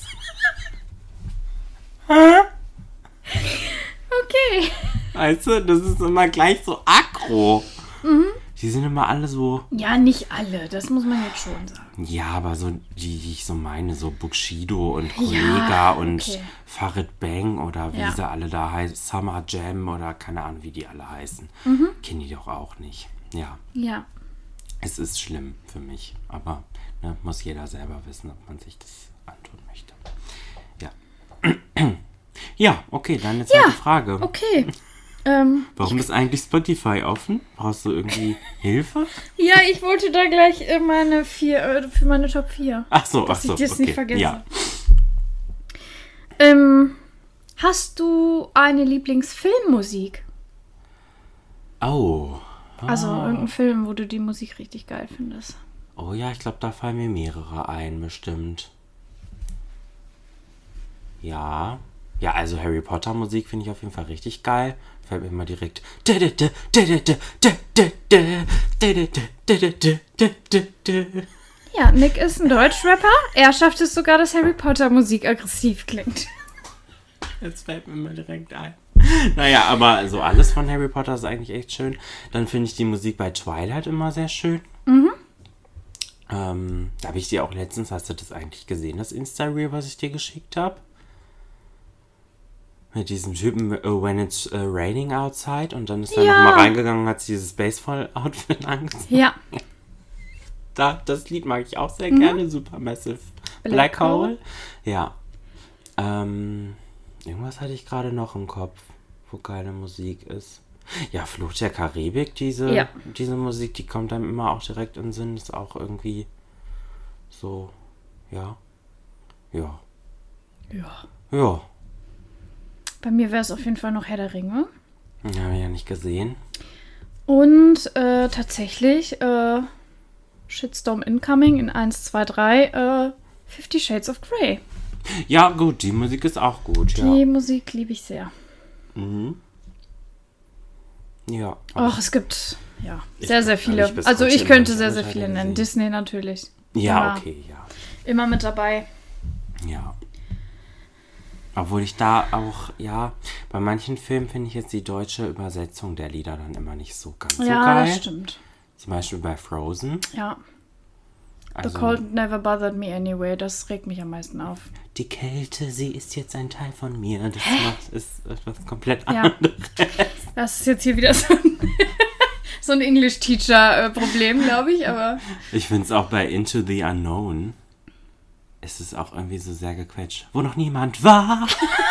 Okay. Weißt du, das ist immer gleich so aggro. Mhm. Die sind immer alle so... Ja, nicht alle, das muss man jetzt schon sagen. Ja, aber so die, die ich so meine, so Bushido und Kollega Ja, und okay. Farid Bang oder wie Ja. sie alle da heißen, Summer Jam oder keine Ahnung, wie die alle heißen. Kennen die doch auch nicht. Ja, Ja. es ist schlimm für mich, aber ne, muss jeder selber wissen, ob man sich das antun möchte. Ja. Ja, okay, dann jetzt Ja, die Frage. Okay. Ähm, Warum ist eigentlich Spotify offen? Brauchst du irgendwie Hilfe? ja, ich wollte da gleich äh, meine vier, äh, für meine Top vier. Ach so, ach Dass so. ich das okay. nicht vergesse. Ja. Ähm, hast du eine Lieblingsfilmmusik? Oh. Also irgendein Film, wo du die Musik richtig geil findest. Oh ja, ich glaube, da fallen mir mehrere ein, bestimmt. Ja. Ja, also Harry Potter Musik finde ich auf jeden Fall richtig geil. Fällt mir immer direkt. Ja, Nick ist ein Deutschrapper. Er schafft es sogar, dass Harry Potter Musik aggressiv klingt. Jetzt fällt mir immer direkt ein. Naja, aber so alles von Harry Potter ist eigentlich echt schön. Dann finde ich die Musik bei Twilight immer sehr schön. Mhm. Ähm, da habe ich dir auch letztens, hast du das eigentlich gesehen, das Insta-Reel, was ich dir geschickt habe? Mit diesem Typen, uh, when it's uh, raining outside, und dann ist er Ja. nochmal reingegangen und hat sich dieses Baseball-Outfit angezogen. Ja. Da, das Lied mag ich auch sehr gerne. Supermassive Black, Black Hole. Hole. Ja. Ähm, irgendwas hatte ich gerade noch im Kopf, wo geile Musik ist. Ja, Fluch der Karibik, diese, Ja. diese Musik, die kommt einem immer auch direkt in den Sinn. Ist auch irgendwie so, ja. Ja. Ja. Ja. Bei mir wäre es auf jeden Fall noch Herr der Ringe. Habe ich ja nicht gesehen. Und äh, tatsächlich äh, Shitstorm Incoming in eins, zwei, drei äh, Fifty Shades of Grey. Ja, gut, die Musik ist auch gut, ja. Die Musik liebe ich sehr. Mhm. Ja. Och, es gibt ja Ich sehr, sehr glaub, viele. ich bis Also heute ich könnte immer sehr, nicht sehr alle viele nennen. gesehen. Disney natürlich. Ja, Immer, okay, ja. immer mit dabei. Ja. Obwohl ich da auch, ja, bei manchen Filmen finde ich jetzt die deutsche Übersetzung der Lieder dann immer nicht so ganz so Ja, geil. das stimmt. Zum Beispiel bei Frozen. Ja. Also, The cold never bothered me anyway. Das regt mich am meisten auf. die Kälte, sie ist jetzt ein Teil von mir. Das macht, ist etwas komplett Ja. anderes. Das ist jetzt hier wieder so ein, so ein English-Teacher-Problem, glaube ich, aber Ich finde es auch bei Into the Unknown. Es ist auch irgendwie so sehr gequetscht. Wo noch niemand war.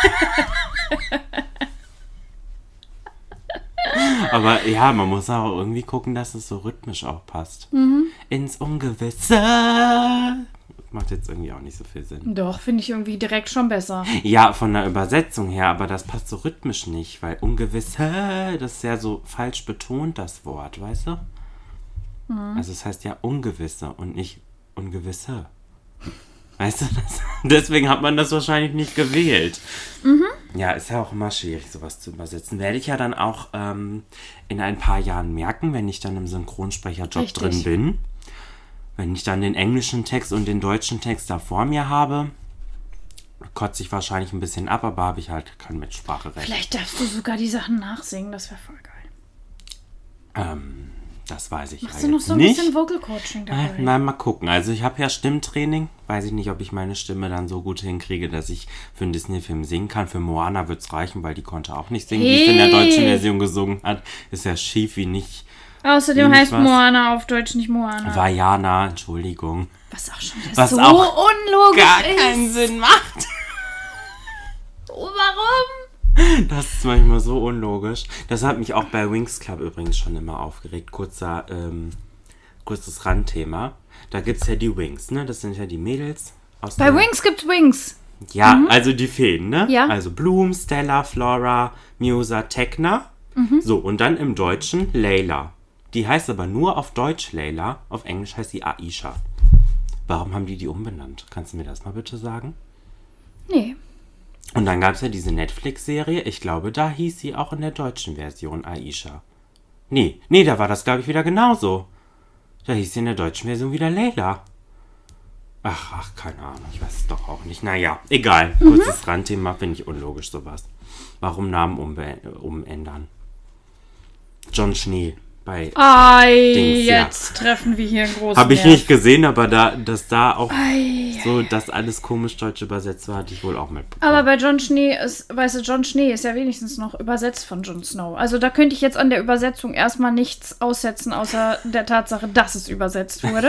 Aber ja, man muss auch irgendwie gucken, dass es so rhythmisch auch passt. Mhm. Ins Ungewisse. Macht jetzt irgendwie auch nicht so viel Sinn. doch, finde ich irgendwie direkt schon besser. Ja, von der Übersetzung her, aber das passt so rhythmisch nicht, weil Ungewisse, das ist ja so falsch betont, das Wort, weißt du? Mhm. Also es heißt ja Ungewisse und nicht Ungewisse. Weißt du, das, deswegen hat man das wahrscheinlich nicht gewählt. Mhm. Ja, ist ja auch immer schwierig, sowas zu übersetzen. Werde ich ja dann auch ähm, in ein paar Jahren merken, wenn ich dann im Synchronsprecherjob Richtig. drin bin. Wenn ich dann den englischen Text und den deutschen Text da vor mir habe, kotze ich wahrscheinlich ein bisschen ab, aber habe ich halt kein Mitspracherecht. Vielleicht darfst du sogar die Sachen nachsingen, das wäre voll geil. Ähm, das weiß ich Machst halt du noch so ein nicht. bisschen Vocal Coaching dabei? Äh, Nein, mal gucken. Also ich habe ja Stimmtraining. Weiß ich nicht, ob ich meine Stimme dann so gut hinkriege, dass ich für einen Disney-Film singen kann. Für Moana wird es reichen, weil die konnte auch nicht singen, wie es in der Hey. deutschen Version gesungen hat. Ist ja schief wie nicht Außerdem Wenig heißt was. Moana auf Deutsch nicht Moana. Vajana, Entschuldigung. Was auch schon wieder Was so auch unlogisch Gar ist. keinen Sinn macht. Oh, warum? Das ist manchmal so unlogisch. Das hat mich auch bei Winx Club übrigens schon immer aufgeregt. Kurzer, ähm, kurzes Randthema. Da gibt's ja die Wings, ne? Das sind ja die Mädels aus Bei der- Wings gibt's Wings. Ja, also die Feen, ne? Ja. Also Bloom, Stella, Flora, Musa, Tekna. So, und dann im Deutschen Layla. Die heißt aber nur auf Deutsch Layla. Auf Englisch heißt sie Aisha. Warum haben die die umbenannt? Kannst du mir das mal bitte sagen? Nee. Und dann gab es ja diese Netflix-Serie. Ich glaube, da hieß sie auch in der deutschen Version Aisha. Nee, nee, da war das, glaube ich, wieder genauso. Da hieß sie in der deutschen Version wieder Layla. Ach, ach, keine Ahnung. Ich weiß es doch auch nicht. Naja, egal. Kurzes Randthema, finde ich unlogisch sowas. Warum Namen umbe- umändern? John Schnee bei... Ei, Dings, ja. jetzt treffen wir hier einen großen Habe ich Nerv. nicht gesehen, aber da, dass da auch Ei. so, dass alles komisch deutsch übersetzt war, hatte ich wohl auch mitbekommen. Aber bei John Schnee ist, weißt du, John Schnee ist ja wenigstens noch übersetzt von Jon Snow. Also da könnte ich jetzt an der Übersetzung erstmal nichts aussetzen, außer der Tatsache, dass es übersetzt wurde.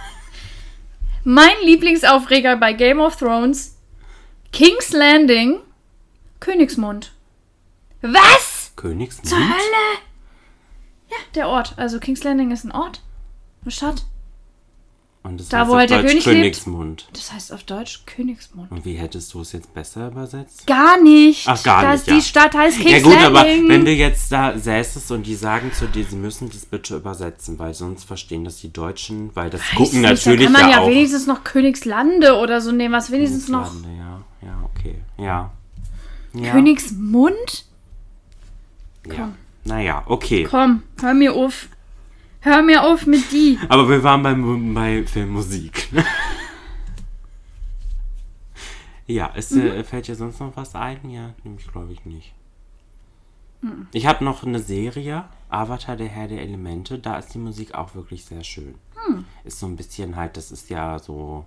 Mein Lieblingsaufreger bei Game of Thrones: King's Landing, Königsmund. Was? Königsmund? Zur Hölle? Ja, der Ort. Also King's Landing ist ein Ort, eine Stadt. Und das Da, heißt wo auf halt der Deutsch König lebt. Königsmund. Das heißt auf Deutsch Königsmund. Und wie hättest du es jetzt besser übersetzt? Gar nicht. Ach, gar dass nicht, ja. Die Stadt heißt King's Ja gut, Landing. aber wenn du jetzt da säßest und die sagen zu dir, sie müssen das bitte übersetzen, weil sonst verstehen das die Deutschen, weil das Weiß gucken nicht, natürlich da kann man ja ja auch. wenigstens noch Königslande oder so nehmen, was wenigstens noch Königslande, Ja, ja, okay. Ja. ja. Königsmund? Ja. Naja, okay. Komm, hör mir auf. Hör mir auf mit die. Aber wir waren bei, bei Filmmusik. Ja, es Mhm. äh, fällt dir sonst noch was ein? Ja, nämlich glaube ich nicht. Ich habe noch eine Serie, Avatar, der Herr der Elemente. Da ist die Musik auch wirklich sehr schön. Hm. Ist so ein bisschen halt, das ist ja so...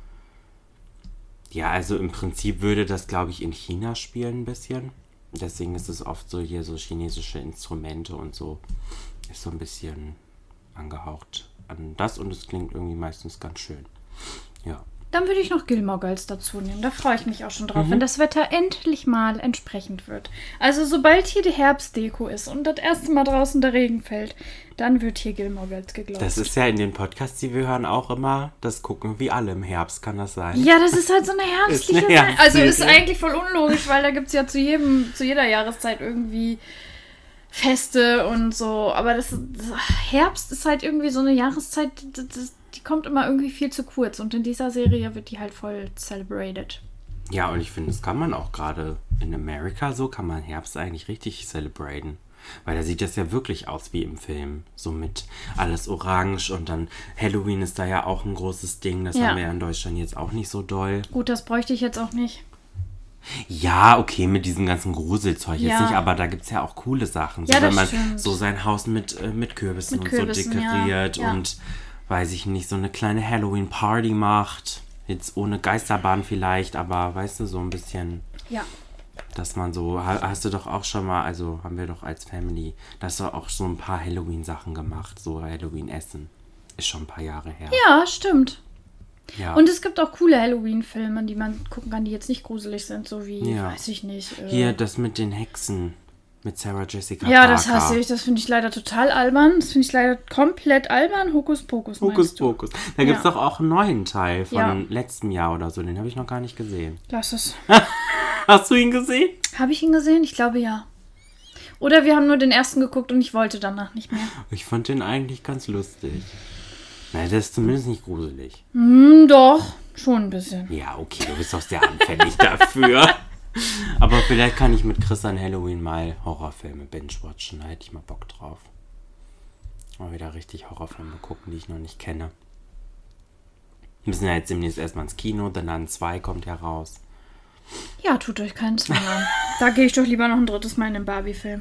Ja, also im Prinzip würde das, glaube ich, in China spielen ein bisschen. Deswegen ist es oft so hier so chinesische Instrumente und so. Ist so ein bisschen angehaucht an das und es klingt irgendwie meistens ganz schön. Ja. Dann würde ich noch Gilmore Girls dazu nehmen. Da freue ich mich auch schon Mhm. drauf, wenn das Wetter endlich mal entsprechend wird. Also sobald hier die Herbstdeko ist und das erste Mal draußen der Regen fällt, dann wird hier Gilmore Girls geglaubt. Das ist ja in den Podcasts, die wir hören, auch immer, das gucken wie alle im Herbst, kann das sein? Ja, das ist halt so eine herbstliche Ist eine Zeit. Also ist Herbstserie. eigentlich voll unlogisch, weil da gibt es ja zu jedem, zu jeder Jahreszeit irgendwie Feste und so. Aber das, das Herbst ist halt irgendwie so eine Jahreszeit, das, das, die kommt immer irgendwie viel zu kurz. Und in dieser Serie wird die halt voll celebrated. Ja, und ich finde, das kann man auch gerade in Amerika so, kann man Herbst eigentlich richtig celebraten. Weil da sieht das ja wirklich aus wie im Film. So mit alles orange und dann Halloween ist da ja auch ein großes Ding. Das Ja. haben wir ja in Deutschland jetzt auch nicht so doll. Gut, das bräuchte ich jetzt auch nicht. Ja, okay, mit diesem ganzen Gruselzeug jetzt Ja. nicht, aber da gibt es ja auch coole Sachen. So, Ja, das wenn man stimmt. so sein Haus mit, äh, mit Kürbissen Mit und Kürbissen, so ja. dekoriert Ja. und, weiß ich nicht, so eine kleine Halloween-Party macht. Jetzt ohne Geisterbahn vielleicht, aber weißt du, so ein bisschen, Ja. dass man so, ha- hast du doch auch schon mal, also haben wir doch als Family, da hast du auch so ein paar Halloween-Sachen gemacht, so Halloween-Essen. Ist schon ein paar Jahre her. Ja, stimmt. Ja. Und es gibt auch coole Halloween-Filme, die man gucken kann, die jetzt nicht gruselig sind, so wie, Ja. weiß ich nicht. Äh, Hier, das mit den Hexen, mit Sarah Jessica Ja, Parker. das hasse ich. Das finde ich leider total albern. Das finde ich leider komplett albern. Hokus Pokus, Hokus meinst du? Pokus. Da gibt es Ja. doch auch einen neuen Teil von Ja. letztem Jahr oder so. Den habe ich noch gar nicht gesehen. Lass es. Hast du ihn gesehen? Habe ich ihn gesehen? Ich glaube ja. Oder wir haben nur den ersten geguckt und ich wollte danach nicht mehr. Ich fand den eigentlich ganz lustig. Na, der ist zumindest nicht gruselig. Hm, doch. Schon ein bisschen. Ja, okay, du bist doch sehr anfällig dafür. Aber vielleicht kann ich mit Chris an Halloween mal Horrorfilme binge-watchen. Da hätte ich mal Bock drauf. Mal wieder richtig Horrorfilme gucken, die ich noch nicht kenne. Wir müssen ja jetzt demnächst erstmal ins Kino. The Nun zwei kommt ja raus. Ja, tut euch keinen Zwang an. Da gehe ich doch lieber noch ein drittes Mal in den Barbie-Film.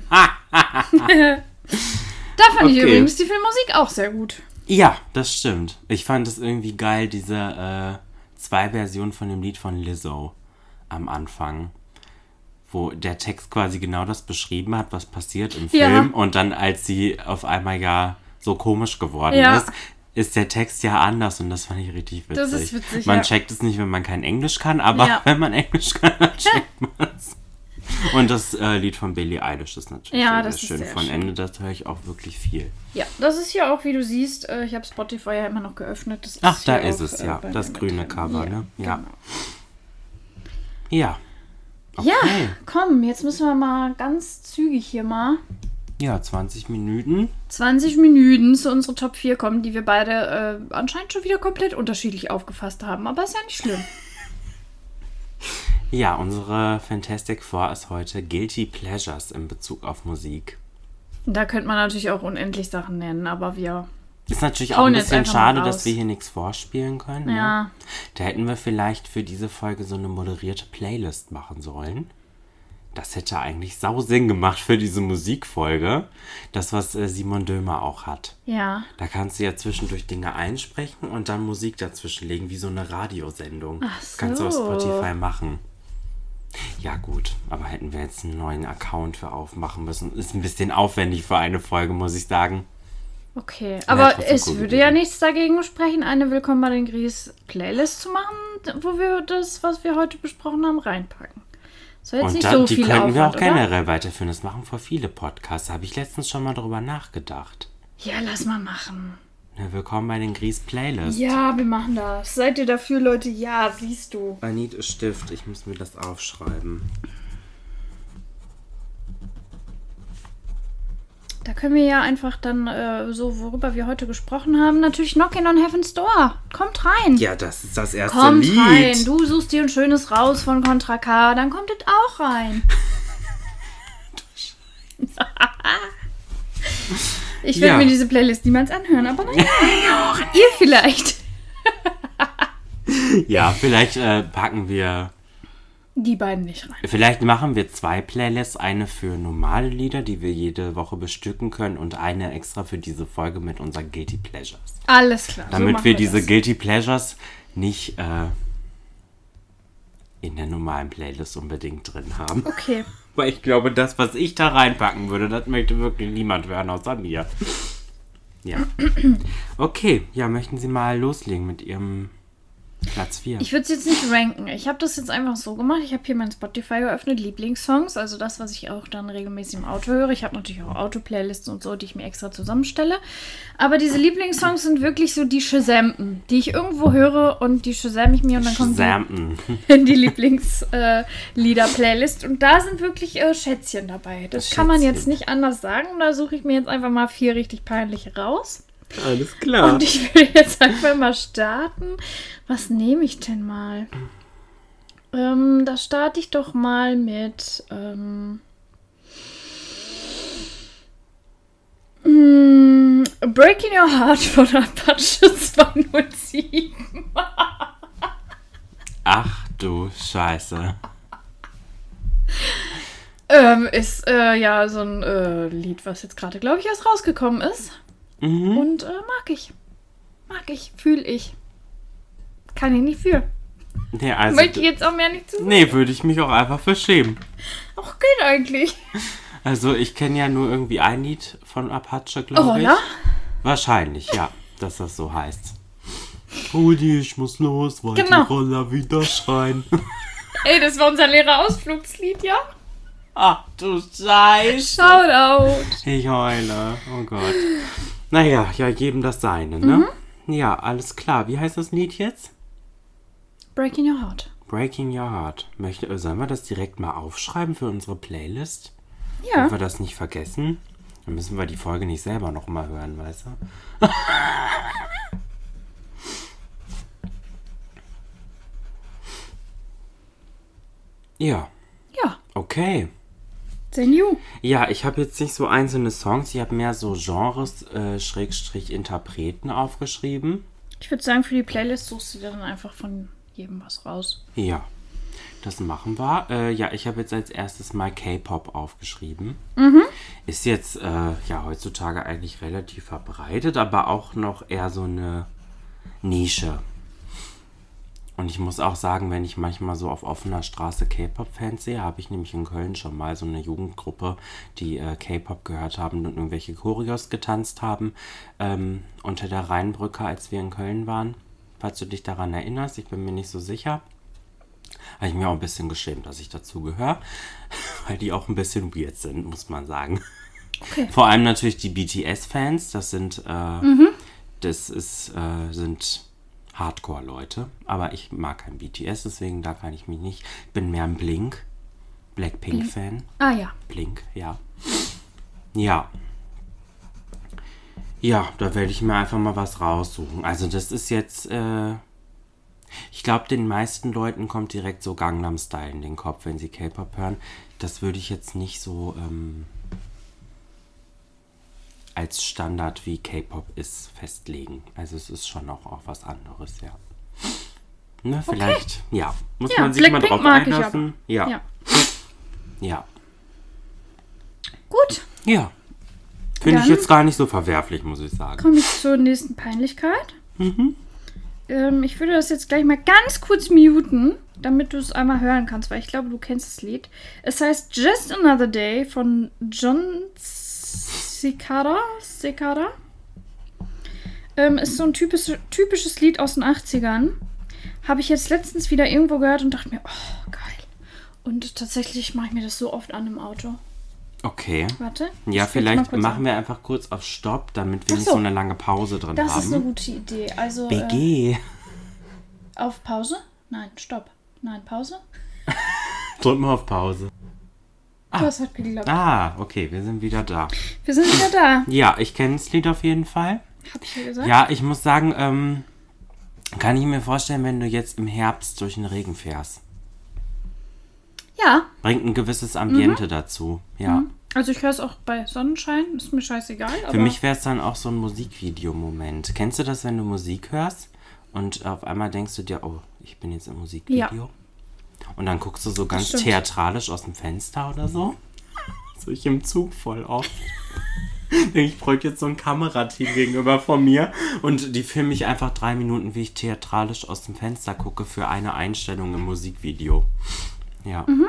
Da fand ich Okay. übrigens die Filmmusik auch sehr gut. Ja, das stimmt. Ich fand es irgendwie geil, diese äh, zwei Versionen von dem Lied von Lizzo am Anfang, wo der Text quasi genau das beschrieben hat, was passiert im Ja. Film. Und dann, als sie auf einmal ja so komisch geworden Ja. ist, ist der Text ja anders und das fand ich richtig witzig. Das ist witzig, Man ja. checkt es nicht, wenn man kein Englisch kann, aber Ja. wenn man Englisch kann, dann checkt man es. Und das äh, Lied von Billie Eilish ist natürlich Ja, sehr, das sehr ist schön. sehr Von schön. Ende, das höre ich auch wirklich viel. Ja, das ist hier auch, wie du siehst, äh, ich habe Spotify ja immer noch geöffnet. Das Ach, ist da hier ist auch, es, äh, ja. bei Das mir grüne mit drin. Cover, ne? Ja. Genau. Ja. Okay. Ja, komm, jetzt müssen wir mal ganz zügig hier mal Ja, zwanzig Minuten. zwanzig Minuten zu unserer Top vier kommen, die wir beide äh, anscheinend schon wieder komplett unterschiedlich aufgefasst haben. Aber ist ja nicht schlimm. Ja, unsere Fantastic Four ist heute Guilty Pleasures in Bezug auf Musik. Da könnte man natürlich auch unendlich Sachen nennen, aber wir... Ist natürlich auch Hauen ein jetzt bisschen einfach mal schade, raus. dass wir hier nichts vorspielen können. Ne? Ja. Da hätten wir vielleicht für diese Folge so eine moderierte Playlist machen sollen. Das hätte eigentlich sau Sinn gemacht für diese Musikfolge. Das, was äh, Simon Dömer auch hat. Ja. Da kannst du ja zwischendurch Dinge einsprechen und dann Musik dazwischenlegen, wie so eine Radiosendung. Ach Das kannst du auf so. Spotify machen. Ja gut, aber hätten wir jetzt einen neuen Account für aufmachen müssen. Ist ein bisschen aufwendig für eine Folge, muss ich sagen. Okay, aber trotzdem es cool würde gewesen. ja nichts dagegen sprechen, eine Willkommen bei den Gries Playlist zu machen, wo wir das, was wir heute besprochen haben, reinpacken. Soll jetzt Und nicht dann, so die viel könnten wir auch Aufwand, oder? generell weiterführen. Das machen vor viele Podcasts. Da habe ich letztens schon mal drüber nachgedacht. Ja, lass mal machen. Na, willkommen bei den Gries Playlist. Ja, wir machen das. Seid ihr dafür, Leute? Ja, siehst du. I need a Stift. Ich muss mir das aufschreiben. Da können wir ja einfach dann, äh, so worüber wir heute gesprochen haben, natürlich Knockin' on Heaven's Door. Kommt rein. Ja, das ist das erste Kommt Lied. rein. Du suchst dir ein schönes raus von Contra K, dann kommt es auch rein. Ich werde Ja. mir diese Playlist niemals anhören, aber naja, ihr vielleicht. Ja, vielleicht äh, packen wir... Die beiden nicht rein. Vielleicht machen wir zwei Playlists. Eine für normale Lieder, die wir jede Woche bestücken können. Und eine extra für diese Folge mit unseren Guilty Pleasures. Alles klar. so Damit machen wir diese das. Guilty Pleasures nicht äh, in der normalen Playlist unbedingt drin haben. Okay. Weil ich glaube, das, was ich da reinpacken würde, das möchte wirklich niemand hören außer mir. Ja. Okay, ja, möchten Sie mal loslegen mit Ihrem Platz vier? Ich würde es jetzt nicht ranken. Ich habe das jetzt einfach so gemacht. Ich habe hier mein Spotify geöffnet, Lieblingssongs, also das, was ich auch dann regelmäßig im Auto höre. Ich habe natürlich auch Auto-Playlists und so, die ich mir extra zusammenstelle. Aber diese Lieblingssongs sind wirklich so die Shazamten, die ich irgendwo höre und die Shazam ich mir und dann kommen die Shazamten. in die Lieblingslieder-Playlist. Und da sind wirklich äh, Schätzchen dabei. Das kann man jetzt Schätzchen. nicht anders sagen. Da suche ich mir jetzt einfach mal vier richtig peinliche raus. Alles klar. Und ich will jetzt einfach mal starten. Was nehme ich denn mal? Ähm, da starte ich doch mal mit ähm, mm, Breaking Your Heart von Apache zweihundertsieben. Ach du Scheiße. ähm, ist äh, ja so ein äh, Lied, was jetzt gerade, glaube ich, erst rausgekommen ist. Mhm. Und äh, mag ich. Mag ich, fühle ich. Kann ich nicht für. Nee, also, Möchte ich jetzt auch mehr nicht zu sagen. nee, würde ich mich auch einfach für schämen. Ach, geht eigentlich. Also ich kenne ja nur irgendwie ein Lied von Apache, glaube ich. Roller? Wahrscheinlich, ja, dass das so heißt. Rudi, ich muss los, weil Genau. die Roller wieder schreien. Ey, das war unser Lehrerausflugslied, ja? Ach du Scheiße. Shoutout. Ich heule, oh Gott. Naja, ja, jedem das Seine, ne? Ja, alles klar. Wie heißt das Lied jetzt? Breaking Your Heart. Breaking Your Heart. Möchte, äh, sollen wir das direkt mal aufschreiben für unsere Playlist? Ja. Wenn wir das nicht vergessen, dann müssen wir die Folge nicht selber nochmal hören, weißt du? Ja, Ja. okay. Then you. Ja, ich habe jetzt nicht so einzelne Songs, ich habe mehr so Genres, äh, Schrägstrich Interpreten aufgeschrieben. Ich würde sagen, für die Playlist suchst du dir dann einfach von jedem was raus. Ja, das machen wir. Äh, ja, ich habe jetzt als erstes mal K-Pop aufgeschrieben. Ist jetzt äh, ja heutzutage eigentlich relativ verbreitet, aber auch noch eher so eine Nische. Und ich muss auch sagen, wenn ich manchmal so auf offener Straße K-Pop-Fans sehe, habe ich nämlich in Köln schon mal so eine Jugendgruppe, die äh, K-Pop gehört haben und irgendwelche Choreos getanzt haben, ähm, unter der Rheinbrücke, als wir in Köln waren. Falls du dich daran erinnerst, ich bin mir nicht so sicher. Habe ich mir auch ein bisschen geschämt, dass ich dazu gehöre, weil die auch ein bisschen weird sind, muss man sagen. Okay. Vor allem natürlich die B T S-Fans, das sind, äh, mhm. das ist, äh, sind Hardcore-Leute, aber ich mag kein B T S, deswegen da kann ich mich nicht, ich bin mehr ein Blink, Blackpink-Fan. Ah ja. Blink, ja. Ja. Ja, da werde ich mir einfach mal was raussuchen. Also das ist jetzt, äh, ich glaube, den meisten Leuten kommt direkt so Gangnam Style in den Kopf, wenn sie K-Pop hören. Das würde ich jetzt nicht so ähm, als Standard wie K-Pop ist festlegen. Also es ist schon auch, auch was anderes, ja. Ne, vielleicht, okay. ja, muss ja, man sich Blackpink mal drauf mag einlassen. Ich aber. Ja. ja. Ja. Gut. Ja. Finde ich jetzt gar nicht so verwerflich, muss ich sagen. Komme ich zur nächsten Peinlichkeit. Mhm. Ähm, ich würde das jetzt gleich mal ganz kurz muten, damit du es einmal hören kannst, weil ich glaube, du kennst das Lied. Es heißt Just Another Day von John Cicada. Cicada. Ähm, ist so ein typisch, typisches Lied aus den achtzigern. Habe ich jetzt letztens wieder irgendwo gehört und dachte mir, oh, geil. Und tatsächlich mache ich mir das so oft an im Auto. Okay. Warte. Ja, vielleicht machen an. wir einfach kurz auf Stopp, damit wir so. nicht so eine lange Pause drin das haben. Das ist eine gute Idee. Also, B G. Äh, auf Pause? Nein, Stopp. Nein, Pause? Drück mal auf Pause. Ah. Das hat geklappt. Ah, okay, wir sind wieder da. Wir sind wieder da. Ja, ich kenne das Lied auf jeden Fall. Hab ich ja gesagt. Ja, ich muss sagen, ähm, kann ich mir vorstellen, wenn du jetzt im Herbst durch den Regen fährst. Ja. Bringt ein gewisses Ambiente mhm. dazu, ja. Mhm. Also ich höre es auch bei Sonnenschein, ist mir scheißegal. Für aber mich wäre es dann auch so ein Musikvideo-Moment. Kennst du das, wenn du Musik hörst und auf einmal denkst du dir, oh, ich bin jetzt im Musikvideo? Ja. Und dann guckst du so ganz theatralisch aus dem Fenster oder so. So ich im Zug voll oft. Ich bräuchte jetzt so ein Kamerateam gegenüber von mir und die filmen mich einfach drei Minuten, wie ich theatralisch aus dem Fenster gucke für eine Einstellung im Musikvideo. Ja. Mhm.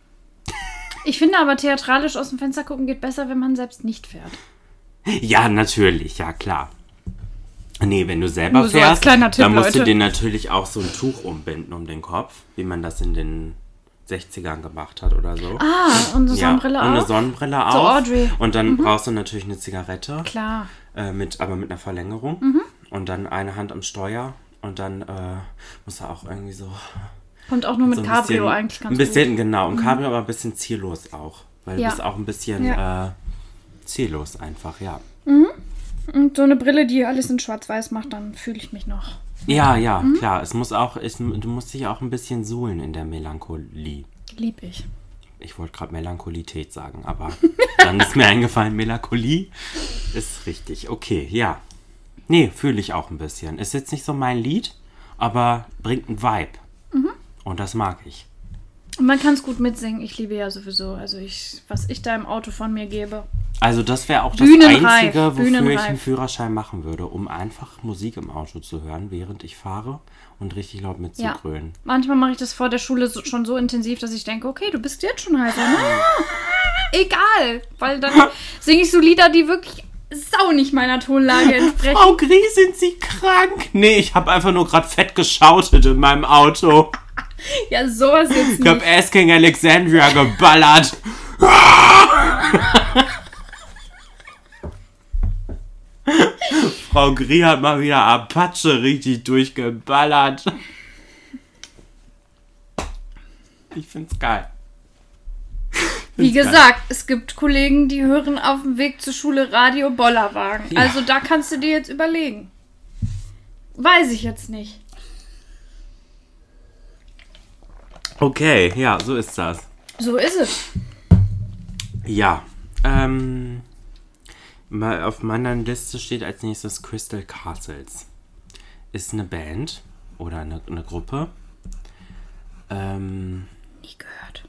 Ich finde aber, theatralisch aus dem Fenster gucken geht besser, wenn man selbst nicht fährt. Ja, natürlich, ja klar. Nee, wenn du selber Nur so fährst, als kleiner Tipp, dann musst Leute. du dir natürlich auch so ein Tuch umbinden um den Kopf, wie man das in den sechzigern gemacht hat oder so. Ah, und eine Sonnenbrille ja, auch? und eine Sonnenbrille auch. So Audrey. Und dann mhm. brauchst du natürlich eine Zigarette. Klar. Äh, mit, aber mit einer Verlängerung. Mhm. Und dann eine Hand am Steuer. Und dann äh, musst du auch irgendwie so... Und auch nur mit so Cabrio bisschen, eigentlich ganz Ein bisschen, gut. genau. Und mhm. Cabrio aber ein bisschen ziellos auch. Weil ja. du bist auch ein bisschen ja. äh, ziellos einfach, ja. Mhm. Und so eine Brille, die alles in schwarz-weiß macht, dann fühle ich mich noch. Ja, ja, mhm. klar. Es muss auch, es, du musst dich auch ein bisschen suhlen in der Melancholie. Lieb ich. Ich wollte gerade Melancholität sagen, aber dann ist mir eingefallen, Melancholie ist richtig. Okay, ja. Nee, fühle ich auch ein bisschen. Ist jetzt nicht so mein Lied, aber bringt einen Vibe. Mhm. Und das mag ich. Und man kann es gut mitsingen. Ich liebe ja sowieso. Also ich, was ich da im Auto von mir gebe. Also das wäre auch das Bühnenreif, Einzige, wofür Bühnenreif. ich einen Führerschein machen würde, um einfach Musik im Auto zu hören, während ich fahre und richtig laut mitzugrölen. Ja. Manchmal mache ich das vor der Schule so, schon so intensiv, dass ich denke, okay, du bist jetzt schon heiser. Ne? Egal, weil dann singe ich so Lieder, die wirklich sau nicht meiner Tonlage entsprechen. Frau Gries, sind Sie krank? Nee, ich habe einfach nur gerade fett geschautet in meinem Auto. Ja, sowas jetzt nicht. Ich hab Asking Alexandria geballert. Frau Grie hat mal wieder Apache richtig durchgeballert. Ich find's geil. Wie gesagt, geil. Es gibt Kollegen, die hören auf dem Weg zur Schule Radio Bollerwagen. Ja. Also da kannst du dir jetzt überlegen. Weiß ich jetzt nicht. Okay, ja, so ist das. So ist es. Ja, ähm... mal auf meiner Liste steht als nächstes Crystal Castles. Ist eine Band oder eine, eine Gruppe. Ähm, Nie gehört.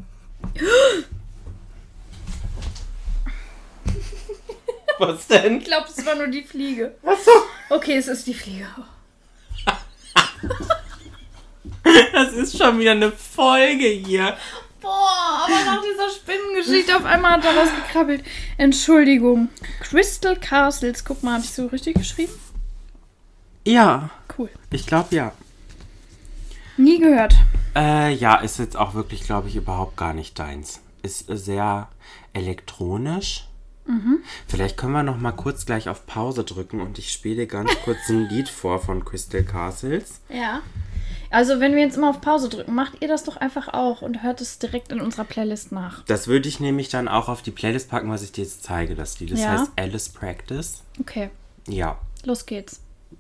Was denn? Ich glaube, es war nur die Fliege. Achso. Okay, es ist die Fliege. Das ist schon wieder eine Folge hier. Boah, aber nach dieser Spinnengeschichte auf einmal hat er was gekrabbelt. Entschuldigung. Crystal Castles. Guck mal, habe ich so richtig geschrieben? Ja. Cool. Ich glaube, ja. Nie gehört. Äh, ja, ist jetzt auch wirklich, glaube ich, überhaupt gar nicht deins. Ist sehr elektronisch. Mhm. Vielleicht können wir noch mal kurz gleich auf Pause drücken und ich spiele ganz kurz ein Lied vor von Crystal Castles. Ja. Also wenn wir jetzt immer auf Pause drücken, macht ihr das doch einfach auch und hört es direkt in unserer Playlist nach. Das würde ich nämlich dann auch auf die Playlist packen, was ich dir jetzt zeige, das Lied. Das ja. heißt Alice Practice. Okay. Ja. Los geht's.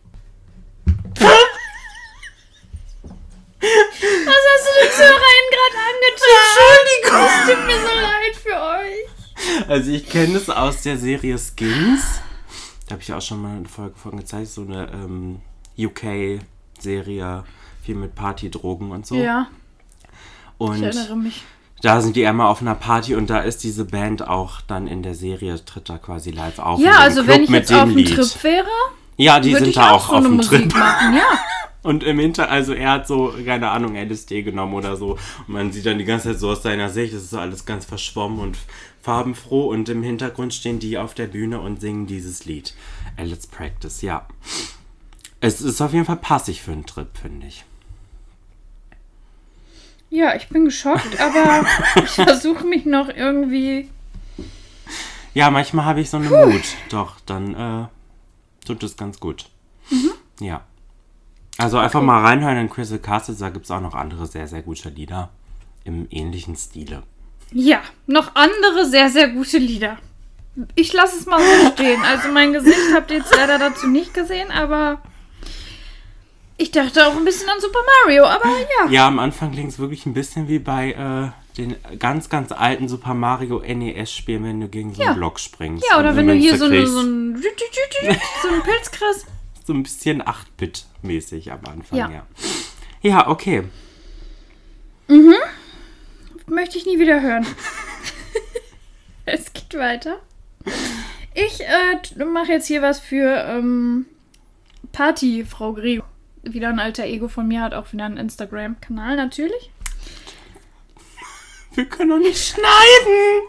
Was hast du denn so rein gerade angetan? Entschuldigung. Es tut mir so leid für euch. Also ich kenne es aus der Serie Skins. Da habe ich auch schon mal eine Folge von gezeigt. So eine ähm, U K-Serie, viel mit Partydrogen und so. Ja, und ich erinnere mich. Da sind die einmal auf einer Party und da ist diese Band auch dann in der Serie, tritt da quasi live auf. Ja, also wenn ich jetzt auf einem Trip wäre, ja, die sind da auch, auch so auf dem Trip. Machen, ja. Und im Hinter, also er hat so, keine Ahnung, L S D genommen oder so. Und man sieht dann die ganze Zeit so aus seiner Sicht, das ist so alles ganz verschwommen und farbenfroh. Und im Hintergrund stehen die auf der Bühne und singen dieses Lied. Alice Practice, ja. Es ist auf jeden Fall passig für einen Trip, finde ich. Ja, ich bin geschockt, aber ich versuche mich noch irgendwie... Ja, manchmal habe ich so eine Puh. Mut. Doch, dann äh, tut es ganz gut. Mhm. Ja. Also einfach okay. mal reinhören in Crystal Castles, da gibt es auch noch andere sehr, sehr gute Lieder im ähnlichen Stile. Ja, noch andere sehr, sehr gute Lieder. Ich lasse es mal so stehen. Also mein Gesicht habt ihr jetzt leider dazu nicht gesehen, aber ich dachte auch ein bisschen an Super Mario, aber ja. Ja, am Anfang klingt es wirklich ein bisschen wie bei äh, den ganz, ganz alten Super Mario N E S-Spielen, wenn du gegen so einen ja. Block springst. Ja, oder wenn du hier so, eine, so, ein, so einen Pilz kriegst. So ein bisschen acht-Bit-mäßig am Anfang, ja. Ja, ja okay. Mhm. Möchte ich nie wieder hören. Es geht weiter. Ich äh, mache jetzt hier was für ähm, Party, Frau Gregor. Wieder ein alter Ego von mir, hat auch wieder einen Instagram-Kanal, natürlich. Wir können doch nicht schneiden.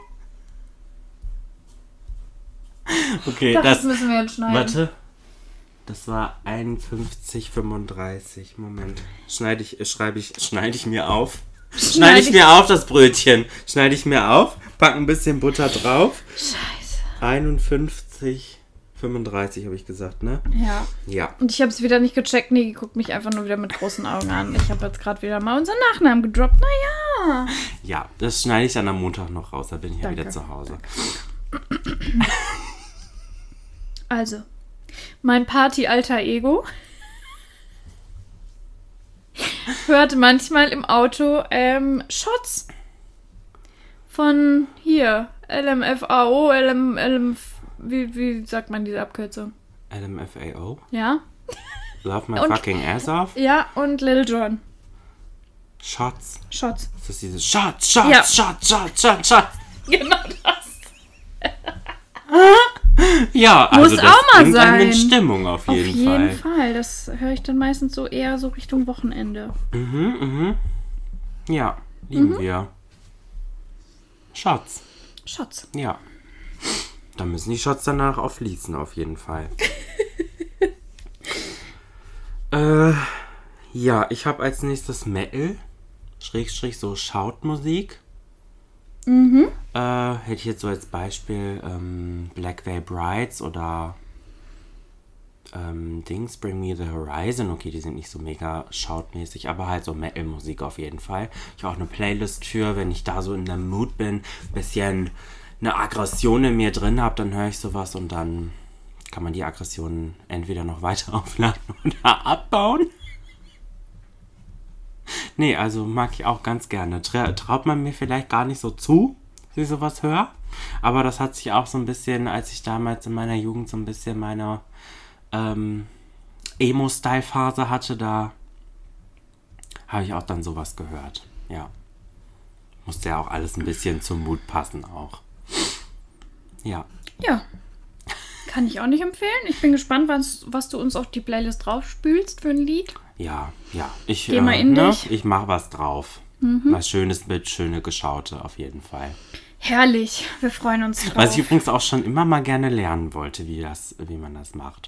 Okay, das, das müssen wir jetzt schneiden. Warte. Das war einundfünfzig fünfunddreißig. Moment. Schneide ich, schreibe ich, schneide ich mir auf. Schneide, schneide ich, ich mir auf, das Brötchen. Schneide ich mir auf, pack ein bisschen Butter drauf. Scheiße. einundfünfzig fünfunddreißig habe ich gesagt, ne? Ja. Ja. Und ich habe es wieder nicht gecheckt. Nee, guckt mich einfach nur wieder mit großen Augen an. Ich habe jetzt gerade wieder mal unseren Nachnamen gedroppt. Naja. Ja, das schneide ich dann am Montag noch raus. Da bin ich Danke. ja wieder zu Hause. Also. Mein Party-Alter-Ego hört manchmal im Auto ähm, Shots von hier, L M F A O, L M, L M, wie, wie sagt man diese Abkürzung? L M F A O? Ja. Love my und, fucking ass off? Ja, und Lil Jon. Shots? Shots. Ist das dieses Shots, Shots, ja. Shots, Shots, Shots, Shots? Genau das. Ja, muss also das auch mal bringt sein. Einen in Stimmung auf jeden Fall. Auf jeden Fall. Fall. Das höre ich dann meistens so eher so Richtung Wochenende. Mhm, mhm. Ja, lieben mhm. wir. Shots. Shots. Ja. Da müssen die Shots danach auch fließen, auf jeden Fall. äh, ja, ich habe als nächstes Metal. Schrägstrich so Shout-Musik. Mhm. Äh, hätte ich jetzt so als Beispiel ähm, Black Veil Brides oder ähm, Dings, Bring Me the Horizon. Okay, die sind nicht so mega shoutmäßig, aber halt so Metal-Musik auf jeden Fall. Ich habe auch eine Playlist für, wenn ich da so in der Mood bin, bisschen eine Aggression in mir drin habe, dann höre ich sowas und dann kann man die Aggression entweder noch weiter aufladen oder abbauen. Nee, also mag ich auch ganz gerne. Tra- traut man mir vielleicht gar nicht so zu, dass ich sowas höre. Aber das hat sich auch so ein bisschen, als ich damals in meiner Jugend so ein bisschen meine ähm, Emo-Style-Phase hatte, da habe ich auch dann sowas gehört. Ja. Musste ja auch alles ein bisschen zum Mut passen auch. Ja. Ja. Kann ich auch nicht empfehlen. Ich bin gespannt, was, was du uns auf die Playlist draufspülst für ein Lied. Ja, ja. Ich, Geh mal äh, in ne? dich. Ich mach was drauf. Mhm. Was Schönes mit, schöne Geschaute auf jeden Fall. Herrlich, wir freuen uns drauf. Was ich übrigens auch schon immer mal gerne lernen wollte, wie, das, wie man das macht.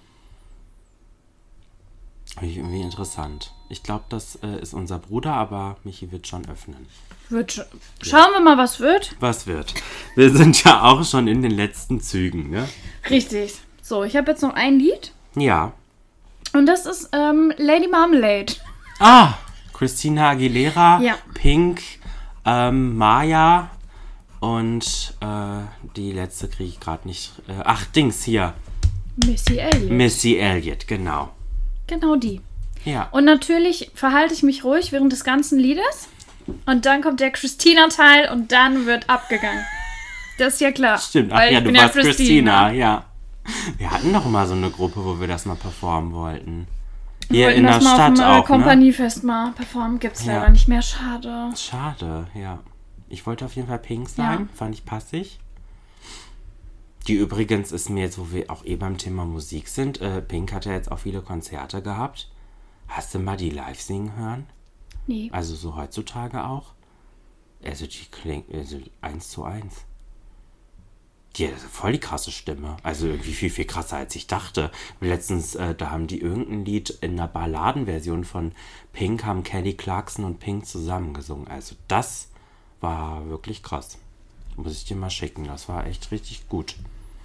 Finde ich irgendwie interessant. Ich glaube, das äh, ist unser Bruder, aber Michi wird schon öffnen. Wird schon. Schauen wir mal, was wird. Was wird? Wir sind ja auch schon in den letzten Zügen, ne? Richtig. So, ich habe jetzt noch ein Lied. Ja. Und das ist ähm, Lady Marmalade. Ah, Christina Aguilera, Ja. Pink, ähm, Maya und äh, die letzte kriege ich gerade nicht. Äh, ach, Dings hier. Missy Elliott. Missy Elliott, genau. Genau die. Ja. Und natürlich verhalte ich mich ruhig während des ganzen Liedes. Und dann kommt der Christina-Teil und dann wird abgegangen. Das ist ja klar. Stimmt, ach weil ja, ich du bin warst ja Christina. ja. Wir hatten doch mal so eine Gruppe, wo wir das mal performen wollten. Hier wollten in der das mal Stadt auf dem, äh, auch, ne? Kompaniefest mal performen. Gibt's Ja. leider nicht mehr. Schade. Schade, ja. Ich wollte auf jeden Fall Pink sein, Ja. fand ich passig. Die übrigens ist mir jetzt, wo wir auch eh beim Thema Musik sind, äh, Pink hat ja jetzt auch viele Konzerte gehabt. Hast du mal die live singen hören? Nee. Also so heutzutage auch? Also die klingt also eins zu eins. Die hat voll die krasse Stimme. Also irgendwie viel, viel krasser, als ich dachte. Letztens, äh, da haben die irgendein Lied in der Balladenversion von Pink, haben Kelly Clarkson und Pink zusammen gesungen. Also das war wirklich krass. Muss ich dir mal schicken. Das war echt richtig gut.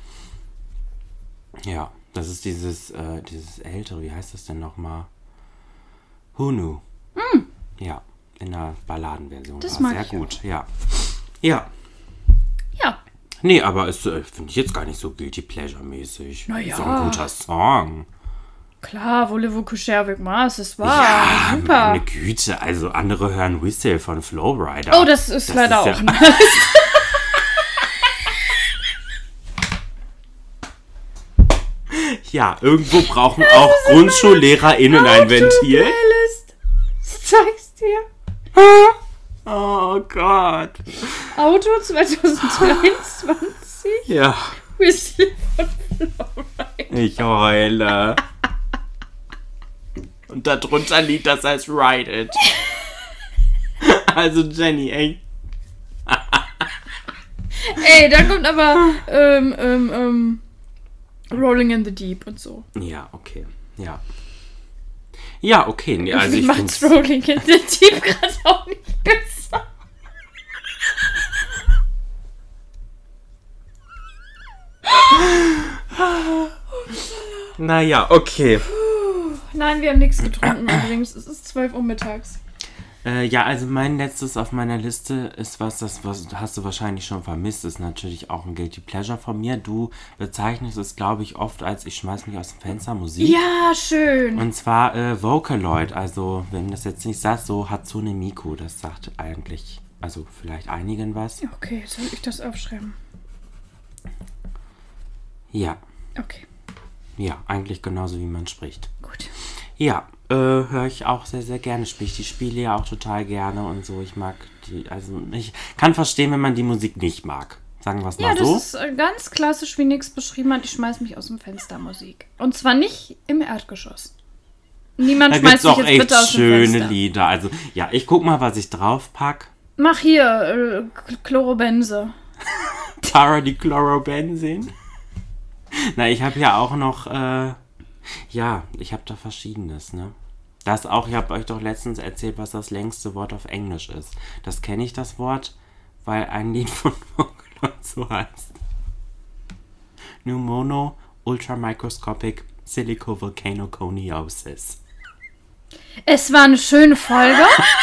Ja, das ist dieses, äh, dieses ältere, wie heißt das denn nochmal? Who Knew? Mm. Ja, in der Balladenversion. Das war mag sehr ich gut. Ja. Ja. Ja. Nee, aber es äh, finde ich jetzt gar nicht so Guilty Pleasure-mäßig. Na ja. So ein guter Song. Klar, voulez-vous coucher avec moi? Es ist wahr. Ja, Super. meine Güte. Also andere hören Whistle von Flowrider. Oh, das ist leider ist auch ja- ein Ja, irgendwo brauchen auch GrundschullehrerInnen ein Ventil. Playlist. Ich zeig's dir. Oh Gott. Auto zwanzig dreiundzwanzig. Ja, Whistle von Flowrider. ich heule. Und darunter liegt das als Ride It. Also Jenny, ey. Ey, da kommt aber ähm, ähm, ähm, Rolling in the Deep und so. Ja, okay. Ja. Ja, okay. Nee, also Wie ich macht's find's, Rolling in the Deep gerade auch nicht besser. Naja, okay. Nein, wir haben nichts getrunken übrigens. Es ist zwölf Uhr mittags. Äh, ja, also mein letztes auf meiner Liste ist was, das was hast du wahrscheinlich schon vermisst, ist natürlich auch ein Guilty Pleasure von mir. Du bezeichnest es, glaube ich, oft als ich schmeiß mich aus dem Fenster Musik. Ja, schön. Und zwar äh, Vocaloid, also wenn das jetzt nicht sagt, so Hatsune Miku, das sagt eigentlich, also vielleicht einigen was. Okay, soll ich das aufschreiben? Ja, Okay, ja, eigentlich genauso wie man spricht. gut. Ja, äh, höre ich auch sehr, sehr gerne. Spiele ich die Spiele ja auch total gerne und so. Ich mag die, also ich kann verstehen, wenn man die Musik nicht mag. Sagen wir es Ja, mal das so. ist äh, ganz klassisch, wie Nix beschrieben hat. Ich schmeiß mich aus dem Fenster Musik. Und zwar nicht im Erdgeschoss. Niemand Da gibt schmeißt es mich auch jetzt echt bitte aus dem schöne Fenster. Lieder. Also, ja, ich guck mal, was ich drauf pack. Mach hier äh, K- Chlorobenze. Tara die Chlorobensin. Na, ich habe ja auch noch, äh, ja, ich habe da Verschiedenes, ne? Das auch, ich habe euch doch letztens erzählt, was das längste Wort auf Englisch ist. Das kenne ich, das Wort, weil ein Lied von Vocaloid so heißt. Pneumono Ultramicroscopic Silicovolcanoconiosis. Es war eine schöne Folge.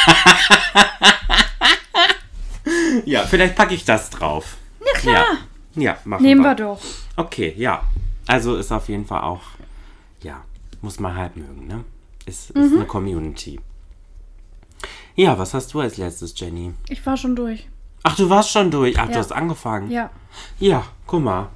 Ja, vielleicht packe ich das drauf. Na klar. Ja, ja machen Nehmen wir wir. doch. Okay, ja. Also ist auf jeden Fall auch, ja, muss man halt mögen, ne? Ist, ist Mhm. eine Community. Ja, was hast du als letztes, Jenny? Ich war schon durch. Ach, du warst schon durch. Ach, Ja. du hast angefangen. Ja. Ja, guck mal.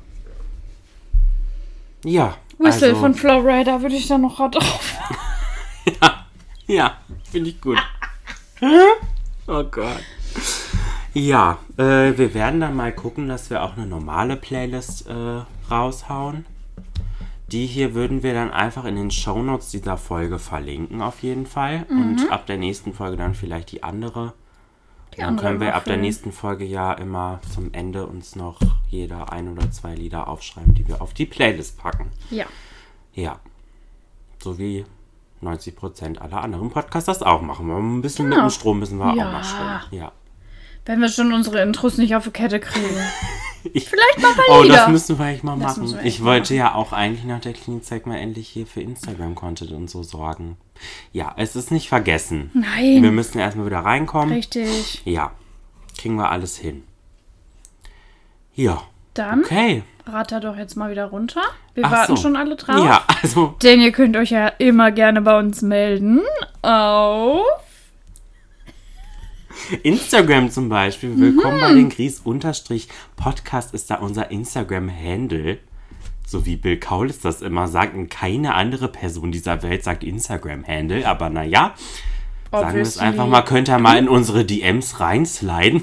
Ja. Whistle also, von Flowrider würde ich da noch gerade drauf. Ja, ja, finde ich gut. Oh Gott. Ja, äh, wir werden dann mal gucken, dass wir auch eine normale Playlist äh, raushauen. Die hier würden wir dann einfach in den Shownotes dieser Folge verlinken, auf jeden Fall. Mhm. Und ab der nächsten Folge dann vielleicht die andere. Die dann können wir ab der nächsten Folge ja immer zum Ende uns noch jeder ein oder zwei Lieder aufschreiben, die wir auf die Playlist packen. Ja. Ja. So wie neunzig Prozent aller anderen Podcasts das auch machen. Ein bisschen genau. mit dem Strom müssen wir ja. auch mal schwimmen. Ja. Wenn wir schon unsere Intros nicht auf die Kette kriegen. Ich, Vielleicht mal ein paar oh, Lieder. das müssen wir eigentlich mal das machen. Wir ich wollte machen. ja auch eigentlich nach der Klinikzeit mal endlich hier für Instagram-Content und so sorgen. Ja, es ist nicht vergessen. Nein. Wir müssen erstmal wieder reinkommen. Richtig. Ja, kriegen wir alles hin. Ja. Dann okay. ratter doch jetzt mal wieder runter. Wir Ach warten so. schon alle drauf. Ja, also. Denn ihr könnt euch ja immer gerne bei uns melden. Auf Instagram zum Beispiel. Willkommen mhm. bei den Gries-Podcast ist da unser Instagram-Handle. So wie Bill Kaulitz das immer sagt. Und keine andere Person dieser Welt sagt Instagram-Handle. Aber naja, sagen wir es einfach mal. Könnt ihr mal in unsere D Ms reinsliden.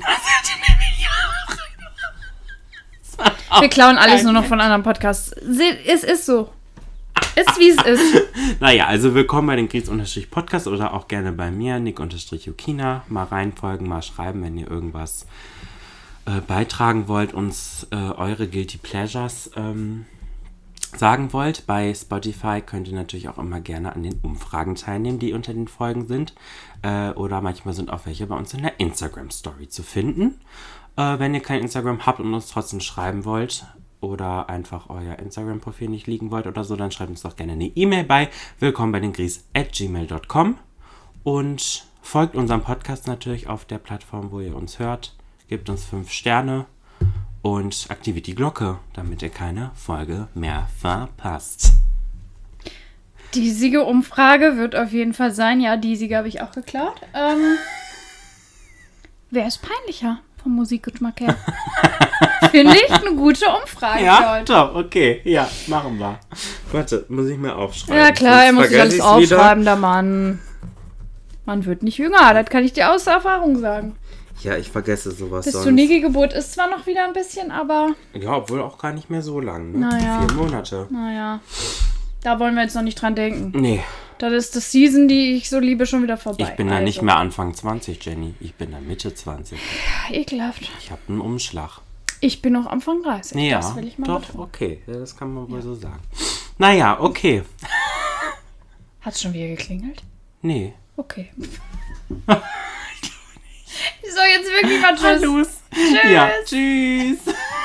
Wir klauen alles nur noch von anderen Podcasts. Es ist so. Ist wie es ist. Naja, also willkommen bei den Gries-Podcast oder auch gerne bei mir, Nick-Jokina. Mal reinfolgen, mal schreiben, wenn ihr irgendwas äh, beitragen wollt, uns äh, eure Guilty Pleasures ähm, sagen wollt. Bei Spotify könnt ihr natürlich auch immer gerne an den Umfragen teilnehmen, die unter den Folgen sind. Äh, oder manchmal sind auch welche bei uns in der Instagram-Story zu finden. Äh, wenn ihr kein Instagram habt und uns trotzdem schreiben wollt oder einfach euer Instagram-Profil nicht liegen wollt oder so, dann schreibt uns doch gerne eine E-Mail bei willkommen bei den Gries at gmail dot com und folgt unserem Podcast natürlich auf der Plattform, wo ihr uns hört. Gebt uns fünf Sterne und aktiviert die Glocke, damit ihr keine Folge mehr verpasst. Die Siegerumfrage wird auf jeden Fall sein. Ja, die Sieger habe ich auch geklaut. Ähm, wer ist peinlicher vom Musikgeschmack her? Finde ich eine gute Umfrage. Ja, top, okay. Ja, machen wir. Warte, muss ich mir aufschreiben. Ja klar, er muss sich alles aufschreiben, wieder. Der Mann. Man wird nicht jünger, das kann ich dir aus Erfahrung sagen. Ja, ich vergesse sowas Bis sonst. zur Niki-Geburt ist zwar noch wieder ein bisschen, aber... Ja, obwohl auch gar nicht mehr so lang, ne? Naja. Vier Monate. Naja. Da wollen wir jetzt noch nicht dran denken. Nee. Das ist das Season, die ich so liebe, schon wieder vorbei. Ich bin also. da nicht mehr Anfang zwanzig, Jenny. Ich bin da Mitte zwanzig. Ja, ekelhaft. Ich habe einen Umschlag. Ich bin noch Anfang dreißig. Ja, das will ich mal doch, betonen. okay. Ja, das kann man wohl ja. so sagen. Naja, okay. Hat's schon wieder geklingelt? Nee. Okay. So, jetzt wirklich mal tschüss. Tschüss. Tschüss. Ja, tschüss.